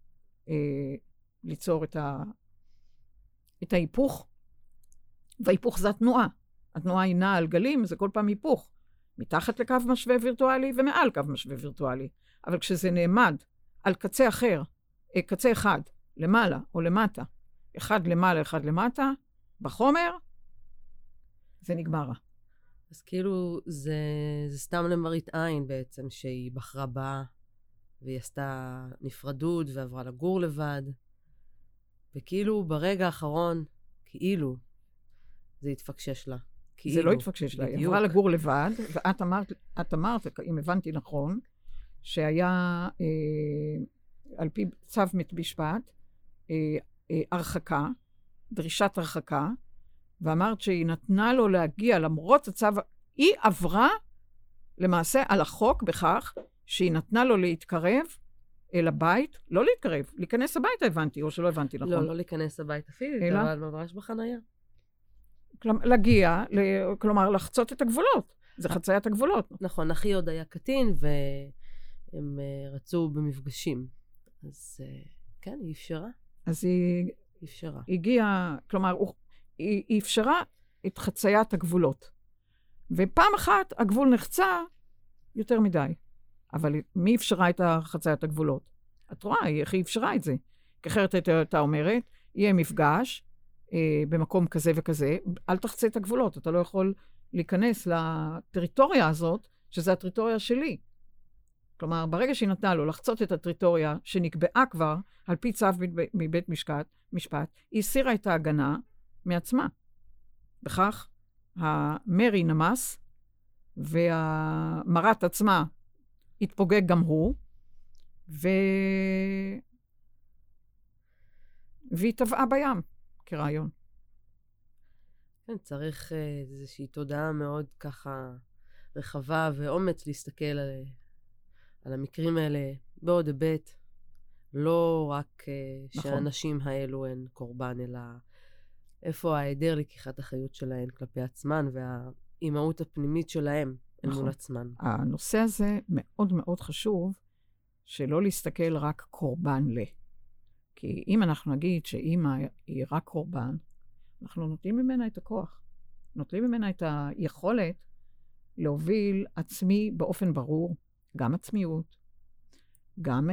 ליצור את ההיפוך. וההיפוך זה התנועה. התנועה היא נעה על גלים, זה כל פעם היפוך. מתחת לקו משווה וירטואלי ומעל קו משווה וירטואלי. אבל כשזה נעמד על קצה אחר, קצה אחד, למעלה או למטה, אחד למעלה, אחד למטה, בחומר, זה נגמר. אז כאילו זה סתם למראית עין בעצם, שהיא בחרה בה, והיא עשתה נפרדות ועברה לגור לבד, וכאילו ברגע האחרון, כאילו, זה התפקשש לה. כאילו, זה לא התפקשש לה, היא עברה לגור לבד, ואת אמרת, אם הבנתי נכון, שהיה על פי צו בית משפט, הרחקה, דרישת הרחקה, ואמרת שהיא נתנה לו להגיע, למרות הצו, היא עברה למעשה על החוק בכך, שהיא נתנה לו להתקרב אל הבית, לא להתקרב, להיכנס הביתה הבנתי, או שלא הבנתי נכון. לא להיכנס הביתה פיזית, אבל ממש בחנייה. להגיע, כלומר לחצות את הגבולות, זה חציית הגבולות. נכון, אחי עוד היה קטין, והם רצו במפגשים. אז כן, היא אפשרה. אז היא אפשרה. הגיעה, כלומר, היא אפשרה את חציית הגבולות. ופעם אחת הגבול נחצה יותר מדי. אבל מי אפשרה את חציית הגבולות? את רואה, איך היא אפשרה את זה? כי אחרת הייתה אומרת, יהיה מפגש במקום כזה וכזה, אל תחצה את הגבולות, אתה לא יכול להיכנס לטריטוריה הזאת, שזה הטריטוריה שלי. כלומר, ברגע שהיא נתנה לו לחצות את הטריטוריה שנקבעה כבר, על פי צו מבית משפט, היא הסירה את ההגנה מעצמה. בכך, המרי נמס, והמרת עצמה התפוגג גם הוא, והיא טבעה בים, כרעיון. כן, צריך איזושהי תודעה מאוד ככה רחבה ואומץ להסתכל על המקרים האלה בעוד היבט, לא רק נכון. שהאנשים האלו הן קורבן, אלא איפה ההיעדר לקיחת החיות שלהן כלפי עצמן, והאימהות הפנימית שלהן אל מול עצמן. הנושא הזה מאוד מאוד חשוב, שלא להסתכל רק קורבן כי אם אנחנו נגיד שאימא היא רק קורבן, אנחנו נותנים ממנה את הכוח. נותנים ממנה את היכולת להוביל עצמי באופן ברור, גם עצמיות, גם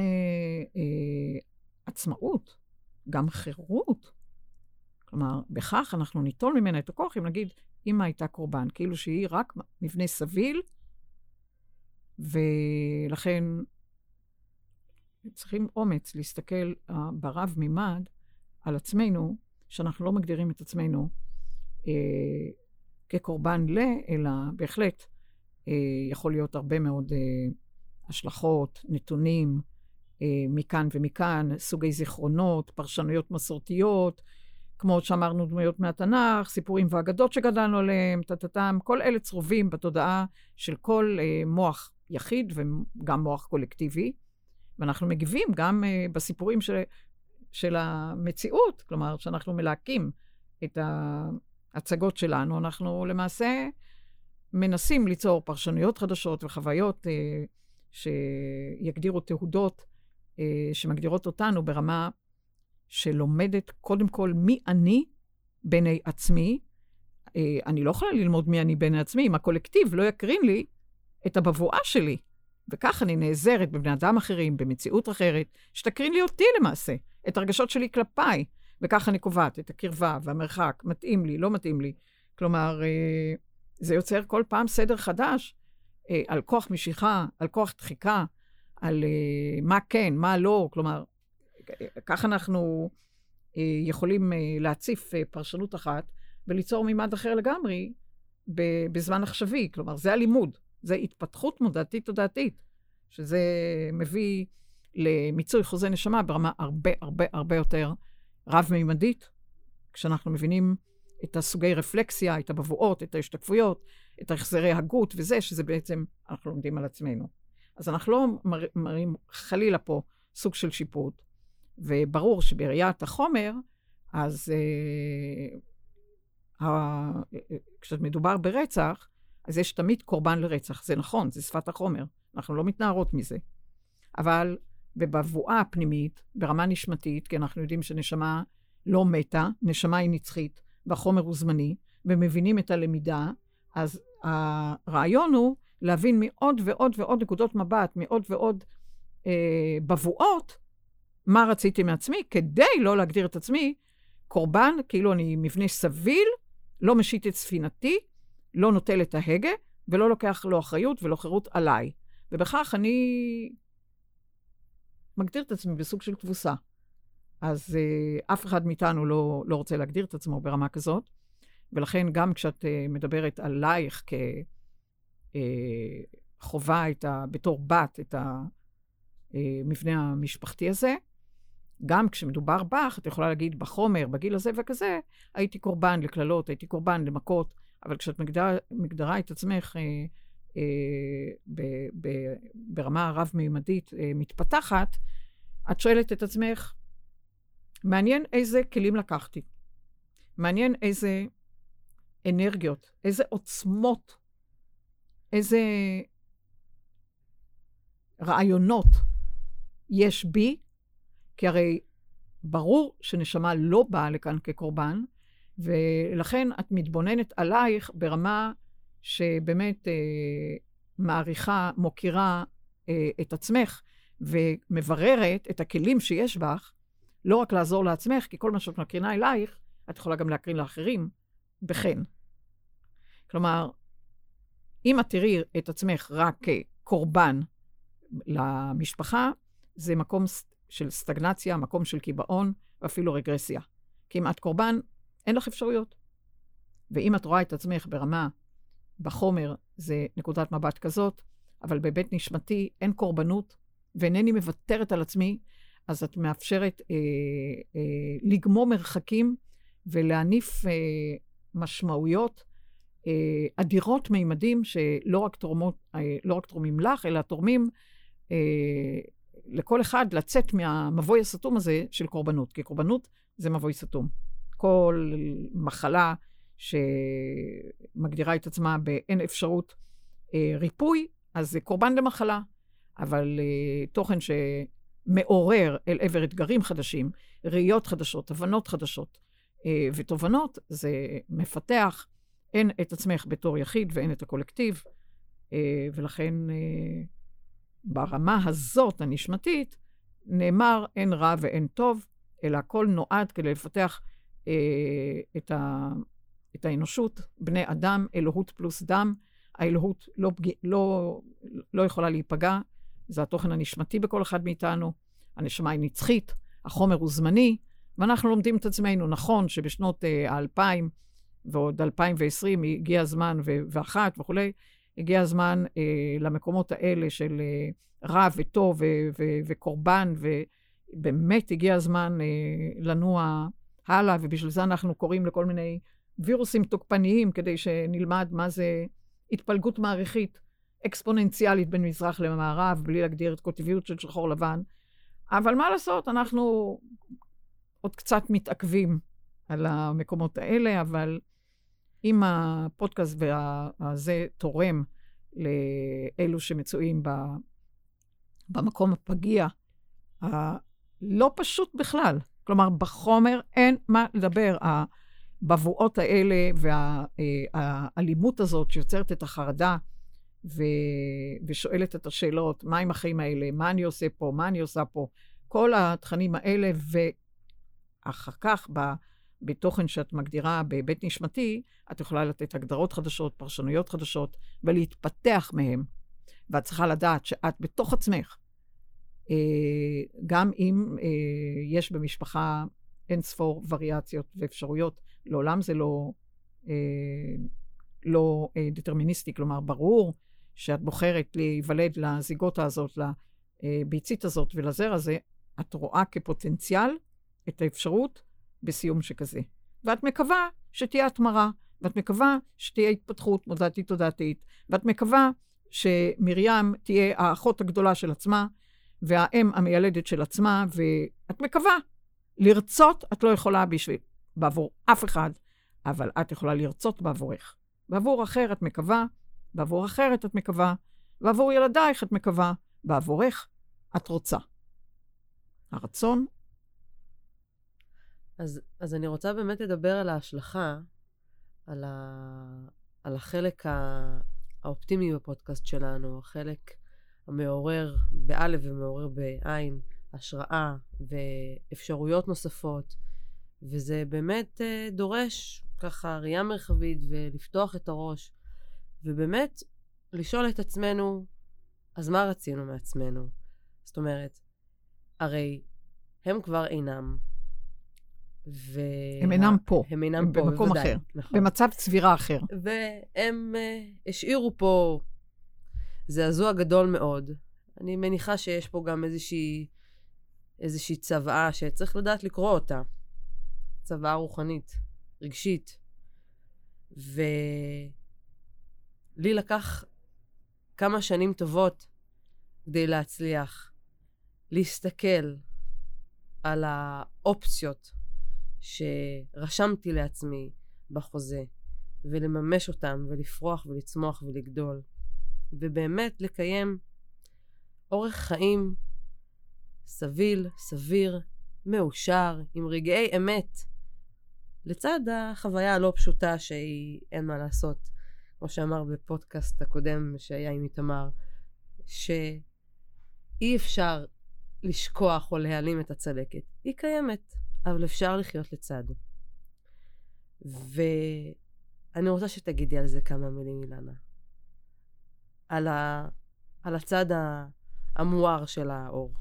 עצמאות, גם חירות. כלומר, בכך אנחנו ניטול ממנה את הכוח, אם נגיד, אמא הייתה קורבן, כאילו שהיא רק מבנה סביל, ולכן צריכים אומץ להסתכל ברב מימד על שאנחנו לא מגדירים את עצמנו כקורבן אלא בהחלט יכול להיות הרבה מאוד השלכות, נתונים, מכאן ומכאן, סוגי זיכרונות, פרשנויות מסורתיות, כמו שאמרנו דמויות מהתנ"ך, סיפורים ואגדות שגדלנו עליהם, כל אלה צרובים בתודעה של כל מוח יחיד וגם מוח קולקטיבי, ואנחנו מגיבים גם בסיפורים של המציאות, כלומר שאנחנו מלהקים את ההצגות שלנו, אנחנו למעשה מנסים ליצור פרשנויות חדשות וחוויות שיגדירו תהודות, שמגדירות אותנו ברמה שלומדת קודם כל מי אני בעיני עצמי. אני לא יכולה ללמוד מי אני בעיני עצמי, אם הקולקטיב לא יקרין לי את הבבואה שלי. וכך אני נעזרת בבני אדם אחרים, במציאות אחרת, שתקרין לי אותי למעשה, את הרגשות שלי כלפיי. וכך אני קובעת את הקרבה והמרחק, מתאים לי, לא מתאים לי. כלומר, זה יוצר כל פעם סדר חדש, על כוח משיכה, על כוח דחיקה, על מה כן, מה לא. כלומר, כך אנחנו יכולים להציף פרשנות אחת, וליצור מימד אחר לגמרי בזמן עכשווי. כלומר, זה הלימוד, זה התפתחות מודעתית תודעתית, שזה מביא למיצוי חוזה נשמה ברמה הרבה הרבה הרבה יותר רב-מימדית, כשאנחנו מבינים את הסוגי רפלקסיה, את הבבואות, את ההשתקפויות, את החזרי הגות וזה, שזה בעצם אנחנו לומדים על עצמנו. אז אנחנו לא מראים חלילה פה סוג של שיפוט, וברור שבראיית החומר, אז כשמדובר ברצח, אז יש תמיד קורבן לרצח. זה נכון, זה שפת החומר. אנחנו לא מתנערות מזה. אבל בבבואה הפנימית, ברמה נשמתית, כי אנחנו יודעים שנשמה לא מתה, נשמה היא נצחית, והחומר הוא זמני, ומבינים את הלמידה, אז הרעיון הוא להבין מעוד ועוד ועוד נקודות מבט, מעוד ועוד בבואות, מה רציתי מעצמי, כדי לא להגדיר את עצמי קורבן, כאילו אני מבנה סביל, לא משית את ספינתי, לא נוטל את ההגה, ולא לוקח לו אחריות ולא חירות עליי. ובכך אני מגדיר את עצמי בסוג של תבוסה. אז אף אחד מאיתנו לא רוצה להגדיר את עצמו ברמה כזאת, ולכן גם כשאת מדברת עלייך כחובה בתור בת את המבנה המשפחתי הזה, גם כשמדובר בך, את יכולה להגיד בחומר, בגיל הזה וכזה, הייתי קורבן לכללות, הייתי קורבן למכות, אבל כשאת מגדרה את עצמך ברמה רב-מימדית מתפתחת, את שואלת את עצמך, מעניין איזה כלים לקחתי, מעניין איזה אנרגיות, איזה עוצמות, איזה רעיונות יש בי, כי הרי ברור שנשמה לא באה לכאן כקורבן, ולכן את מתבוננת עלייך ברמה שבאמת מעריכה, מוקירה את עצמך, ומבררת את הכלים שיש בך, לא רק לעזור לעצמך, כי כל מה שאת מקרינה אלייך, את יכולה גם להקרין לאחרים, בכן. כלומר, אם את תראי את עצמך רק כקורבן למשפחה, זה מקום של סטגנציה, מקום של קיבעון, ואפילו רגרסיה. כי אם את קורבן, אין לך אפשרויות. ואם את רואה את עצמך ברמה, בחומר, זה נקודת מבט כזאת, אבל בבית נשמתי אין קורבנות, ואינני מוותרת על עצמי, אז את מאפשרת לגמור מרחקים, ולהניף משמעויות אדירות מימדים, שלא רק תורמים לך, אלא תורמים לכל אחד לצאת מהמבוי הסתום הזה של קורבנות, כי קורבנות זה מבוי סתום. כל מחלה שמגדירה את עצמה באין אפשרות ריפוי, אז זה קורבן למחלה. אבל תוכן שמעורר אל עבר אתגרים חדשים, ראיות חדשות, הבנות חדשות ותובנות, זה מפתח אין את עצמך בתור יחיד ואין את הקולקטיב, ולכן ברמה הזאת הנשמתית נאמר אין רע ואין טוב, אלא הכל נועד כדי לפתח את האנושות, בני אדם, אלוהות פלוס דם. האלוהות לא יכולה להיפגע, זה התוכן הנשמתי בכל אחד מאיתנו, הנשמה היא נצחית, החומר הוא זמני, ואנחנו לומדים את עצמנו. נכון שבשנות 2000 ועוד 2020 הגיע הזמן, ואחת וכולי, הגיע הזמן למקומות האלה של רע וטוב וקורבן, ובאמת הגיע הזמן לנוע הלאה, ובשביל זה אנחנו קוראים לכל מיני וירוסים תוקפניים, כדי שנלמד מה זה התפלגות מעריכית אקספוננציאלית בין מזרח למערב, בלי להגדיר את קוטביות של שחור לבן. אבל מה לעשות, אנחנו עוד קצת מתעכבים על המקומות האלה, אבל אם הפודקאסט הזה תורם לאלו שמצויים במקום הפגיע, לא פשוט בכלל. כלומר, בחומר אין מה לדבר. הבבואות האלה והאלימות הזאת שיוצרת את החרדה, ושואלת את השאלות, מה עם החיים האלה, מה אני עושה פה, מה אני עושה פה, כל התכנים האלה, ואחר כך בתוכן שאת מגדירה בבית נשמתי, את יכולה לתת הגדרות חדשות, פרשנויות חדשות, ולהתפתח מהם. ואת צריכה לדעת שאת בתוך עצמך, גם אם יש במשפחה אין ספור וריאציות ואפשרויות, לעולם זה לא דטרמיניסטי, כלומר ברור שאת בוחרת להיוולד לזיגוטה הזאת, לביצית הזאת ולזר הזה, את רואה כפוטנציאל את האפשרות בסיום שכזה. ואת מקווה שתהיה התמרה, ואת מקווה שתהיה התפתחות מודעתית תודעתית, ואת מקווה שמרים תהיה האחות הגדולה של עצמה, והאם המיילדת של עצמה, ואת מקווה, לרצות את לא יכולה בעבור אף אחד, אבל את יכולה לרצות בעבורך. בעבור אחר את מקווה, בעבור אחרת את מקווה, בעבור ילדייך את מקווה, בעבורך את רוצה. הרצון. אז אני רוצה באמת לדבר על ההשלכה, על החלק האופטימי בפודקאסט שלנו, החלק המעורר באלף ומעורר בעין, השראה ואפשרויות נוספות, וזה באמת דורש ככה ראייה מרחבית ולפתוח את הראש, ובאמת לשאול את עצמנו, אז מה רצינו מעצמנו? זאת אומרת, הרי הם כבר אינם. הם אינם פה. הם אינם פה, במקום בוודאי, אחר. נכון. במצב צבירה אחר. והם השאירו פה זעזוע גדול מאוד. אני מניחה שיש פה גם איזושהי צוואה שצריך לדעת לקרוא אותה. צוואה רוחנית, רגשית. ולי לקח כמה שנים טובות כדי להצליח להסתכל על האופציות שרשמתי לעצמי בחוזה, ולממש אותם, ולפרוח ולצמוח ולגדול. ובאמת לקיים אורח חיים סביל, סביר, מאושר, עם רגעי אמת, לצד החוויה הלא פשוטה שהיא אין מה לעשות, כמו שאמר בפודקאסט הקודם שהיה עם איתמר, שאי אפשר לשכוח או להעלים את הצלקת. היא קיימת, אבל אפשר לחיות לצד. ואני רוצה שתגידי על זה כמה מילים, אילנה. על הצד המואר של האור.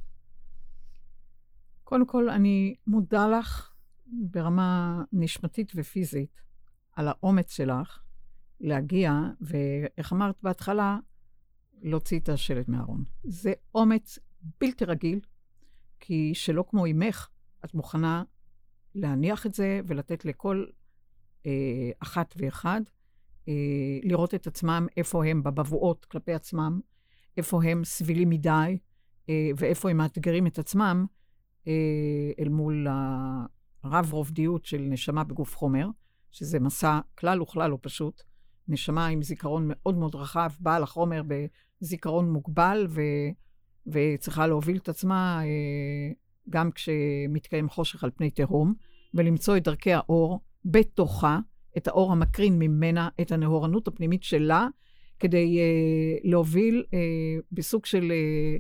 קודם כל, אני מודה לך ברמה נשמתית ופיזית על האומץ שלך להגיע, ואיך אמרת בהתחלה, להוציא את השלט מהארון. זה אומץ בלתי רגיל, כי שלא כמו אימך, את מוכנה להניח את זה ולתת לכל אחת ואחד, לראות את עצמם, איפה הם בבבואות כלפי עצמם, איפה הם סבילים מדי, ואיפה הם מאתגרים את עצמם, אל מול הרב רובדיות של נשמה בגוף חומר, שזה מסע כלל וכלל לא פשוט, נשמה עם זיכרון מאוד מאוד רחב, באה לחומר בזיכרון מוגבל, וצריכה להוביל את עצמה גם כשמתקיים חושך על פני תהום, ולמצוא את דרכי האור בתוכה, את האור המקרין ממנה, את הנאורנות הפנימית שלה, כדי להוביל בסוג של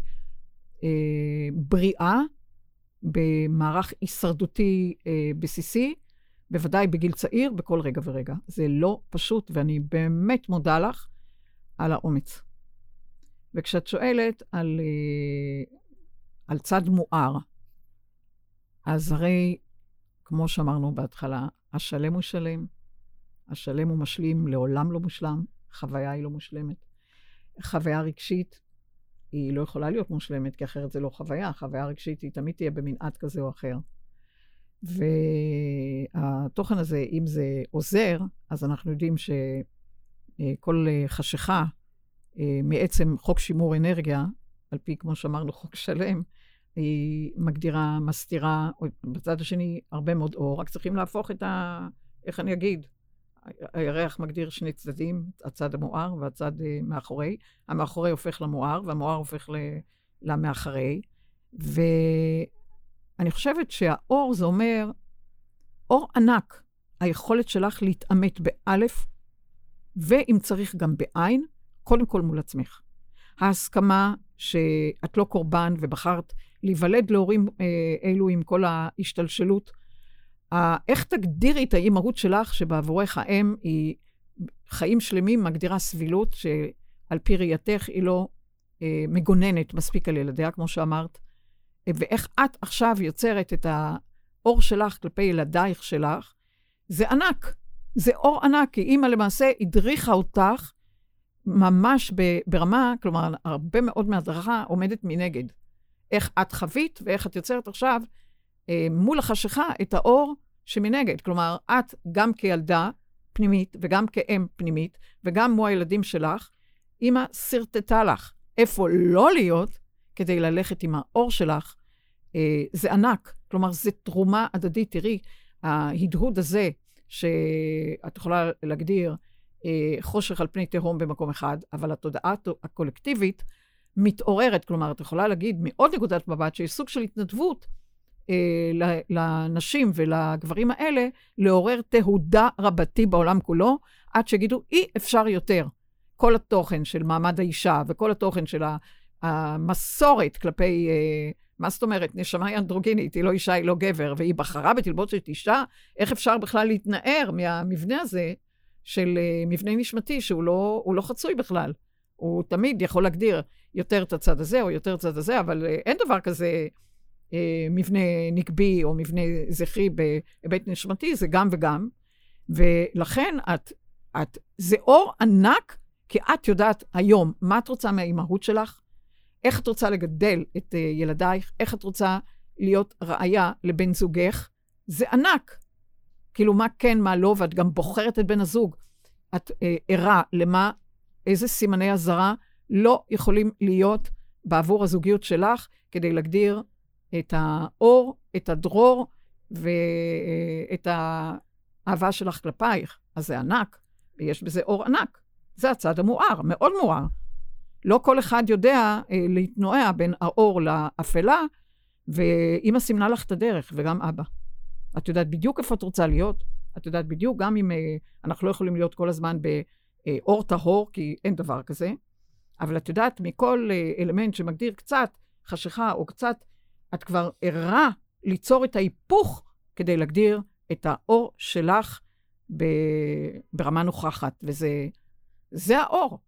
בריאה, במערך הישרדותי בסיסי, בוודאי בגיל צעיר, בכל רגע ורגע. זה לא פשוט, ואני באמת מודה לך על האומץ. וכשאת שואלת על צד מואר, אז הרי, כמו שאמרנו בהתחלה, השלם הוא שלם, השלם הוא משלים, לעולם לא מושלם, חוויה היא לא מושלמת. חוויה רגשית היא לא יכולה להיות מושלמת, כי אחרת זה לא חוויה. חוויה רגשית היא תמיד תהיה במנעד כזה או אחר. והתוכן הזה, אם זה עוזר, אז אנחנו יודעים שכל חשיכה, מעצם חוק שימור אנרגיה, על פי, כמו שאמרנו, חוק שלם, היא מגדירה, מסתירה, בצד השני, הרבה מאוד אור, רק צריכים להפוך את איך אני אגיד, הירח מגדיר שני צדדים, הצד המואר והצד מאחורי. המאחורי הופך למואר, והמואר הופך למאחרי. ואני חושבת שהאור זה אומר, אור ענק, היכולת שלך להתאמת באלף, ואם צריך גם בעין, קודם כל מול עצמך. ההסכמה שאת לא קורבן ובחרת להיוולד להורים אלו עם כל ההשתלשלות, איך תגדירי את האימהות שלך שבעבורך האם היא חיים שלמים, מגדירה סבילות שעל פי ראייתך היא לא מגוננת מספיק על ילדיה, כמו שאמרת, ואיך את עכשיו יוצרת את האור שלך כלפי ילדייך שלך, זה ענק, זה אור ענק, כי אימא למעשה הדריכה אותך ממש ברמה, כלומר הרבה מאוד מהדרכה עומדת מנגד. איך את חווית ואיך את יוצרת עכשיו מול החשיכה את האור שמנגד. כלומר, את גם כילדה פנימית וגם כאם פנימית, וגם מו הילדים שלך, אמא סרטטה לך איפה לא להיות, כדי ללכת עם האור שלך זה ענק. כלומר, זה תרומה הדדית. תראי, ההדהוד הזה, שאת יכולה להגדיר חושך על פני תהום במקום אחד, אבל התודעה הקולקטיבית מתעוררת. כלומר, את יכולה להגיד מעוד נקודת מבט שיש סוג של התנדבות לנשים ולגברים האלה, לעורר תהודה רבתי בעולם כולו, עד שיגידו, אי אפשר יותר. כל התוכן של מעמד האישה, וכל התוכן של המסורת כלפי, מה זאת אומרת, נשמה היא אנדרוגינית, היא לא אישה, היא לא גבר, והיא בחרה בתלבושת אישה, איך אפשר בכלל להתנער מהמבנה הזה, של מבנה נשמתי, שהוא לא חצוי בכלל. הוא תמיד יכול להגדיר יותר את הצד הזה, או יותר את הצד הזה, אבל אין דבר כזה מבנה נקבי, או מבנה זכרי בהיבט נשמתי, זה גם וגם. ולכן זה אור ענק, כי את יודעת היום מה את רוצה מהאימהות שלך, איך את רוצה לגדל את ילדייך, איך את רוצה להיות ראיה לבן זוגך, זה ענק. כאילו מה כן, מה לא, ואת גם בוחרת את בן הזוג. את ערה למה, איזה סימני הזרה לא יכולים להיות בעבור הזוגיות שלך, כדי להגדיר את האור, את הדרור, ואת האהבה שלך כלפייך. אז זה ענק, ויש בזה אור ענק. זה הצד המואר, מאוד מואר. לא כל אחד יודע להתנועע בין האור לאפלה, ואמא סימנה לך את הדרך, וגם אבא. את יודעת בדיוק איפה את רוצה להיות, את יודעת בדיוק, גם אם אנחנו לא יכולים להיות כל הזמן באור טהור, כי אין דבר כזה, אבל את יודעת, מכל אלמנט שמגדיר קצת חשיכה, או קצת, את כבר ערה ליצור את ההיפוך, כדי להגדיר את האור שלך ברמה נוכחת, וזה האור.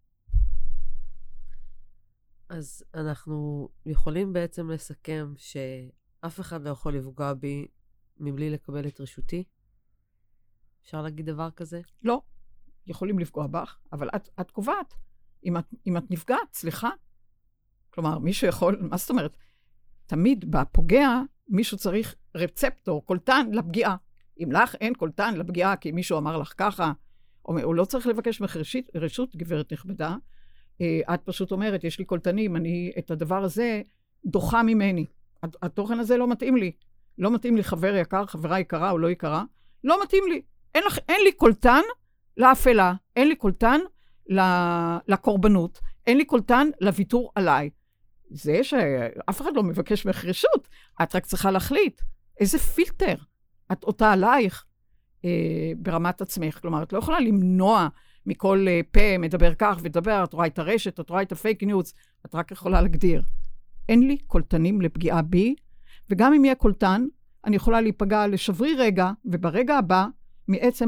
אז אנחנו יכולים בעצם לסכם שאף אחד לא יכול לפגוע בי מבלי לקבל את רשותי? אפשר להגיד דבר כזה? לא. יכולים לפגוע בך, אבל את קובעת. אם את נפגעת, סליחה. כלומר, מישהו יכול, מה זאת אומרת? תמיד בפוגע, מישהו צריך רצפטור, קולטן לפגיעה. אם לך אין קולטן לפגיעה, כי מישהו אמר לך ככה, הוא לא צריך לבקש ממך רשות, גברת נכבדה. את פשוט אומרת, יש לי קולטנים, אני את הדבר הזה דוחה ממני. התוכן הזה לא מתאים לי. לא מתאים לי חבר יקר, חברה יקרה או לא יקרה. לא מתאים לי. אין לי קולטן לאפלה, אין לי קולטן לקורבנות, אין לי קולטן לוויתור עליי. זה שאף אחד לא מבקש ממך רשות, את רק צריכה להחליט איזה פילטר את אותה עלייך ברמת עצמך. כלומר, את לא יכולה למנוע מכל פה מדבר כך ודבר, את רואה את הרשת, את רואה את הפייק ניוז, את רק יכולה להגדיר. אין לי קולטנים לפגיעה בי, וגם אם יהיה קולטן, אני יכולה להיפגע לשברי רגע, וברגע הבא, מעצם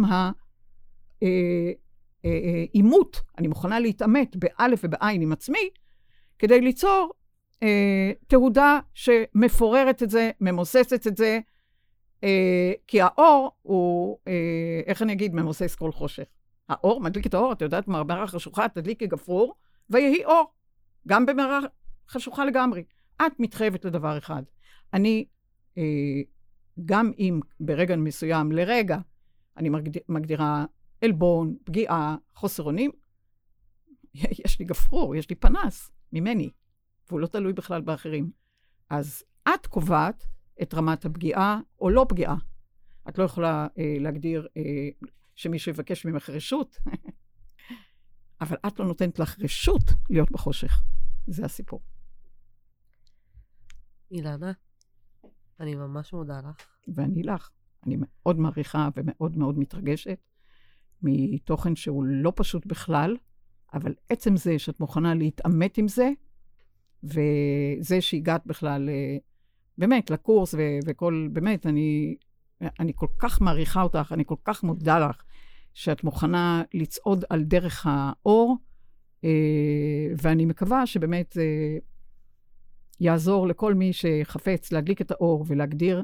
האימות, אני מוכנה להתאמת באלף ובעין עם עצמי, כדי ליצור תהודה שמפוררת את זה, ממוססת את זה, כי האור הוא, איך אני אגיד, ממוסס כל חושך. האור, מדליק את האור, את יודעת, במערה חשוכה, תדליק כגפרור, ויהי אור. גם במערה חשוכה לגמרי. את מתחייבת לדבר אחד. אני, גם אם ברגע מסוים, לרגע, אני מגדירה אלבון, פגיעה, חוסר אונים, יש לי גפרור, יש לי פנס ממני, והוא לא תלוי בכלל באחרים. אז את קובעת את רמת הפגיעה או לא פגיעה. את לא יכולה להגדיר שמישהו יבקש ממך רשות, אבל את לא נותנת לך רשות להיות בחושך. זה הסיפור. אילנה, אני ממש מודה לך. ואני לך. אני מאוד מעריכה ומאוד מאוד מתרגשת מתוכן שהוא לא פשוט בכלל, אבל עצם זה שאת מוכנה להתאמת עם זה, וזה שהגעת בכלל באמת לקורס וכל, באמת, אני כל כך מעריכה אותך, אני כל כך מודה לך, שאת מוכנה לצעוד על דרך האור, ואני מקווה שבאמת זה יעזור לכל מי שחפץ להדליק את האור ולהגדיר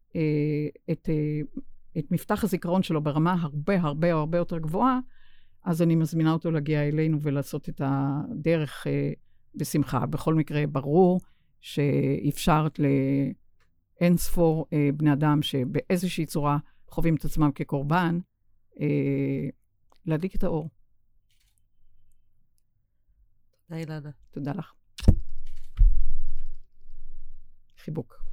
את מפתח הזיכרון שלו ברמה הרבה הרבה הרבה יותר גבוהה, אז אני מזמינה אותו להגיע אלינו ולעשות את הדרך בשמחה. בכל מקרה, ברור שאפשרת לאין ספור בני אדם שבאיזושהי צורה חווים את עצמם כקורבן, להדליק את האור. תודה, אילנה. תודה לך. חיבוק.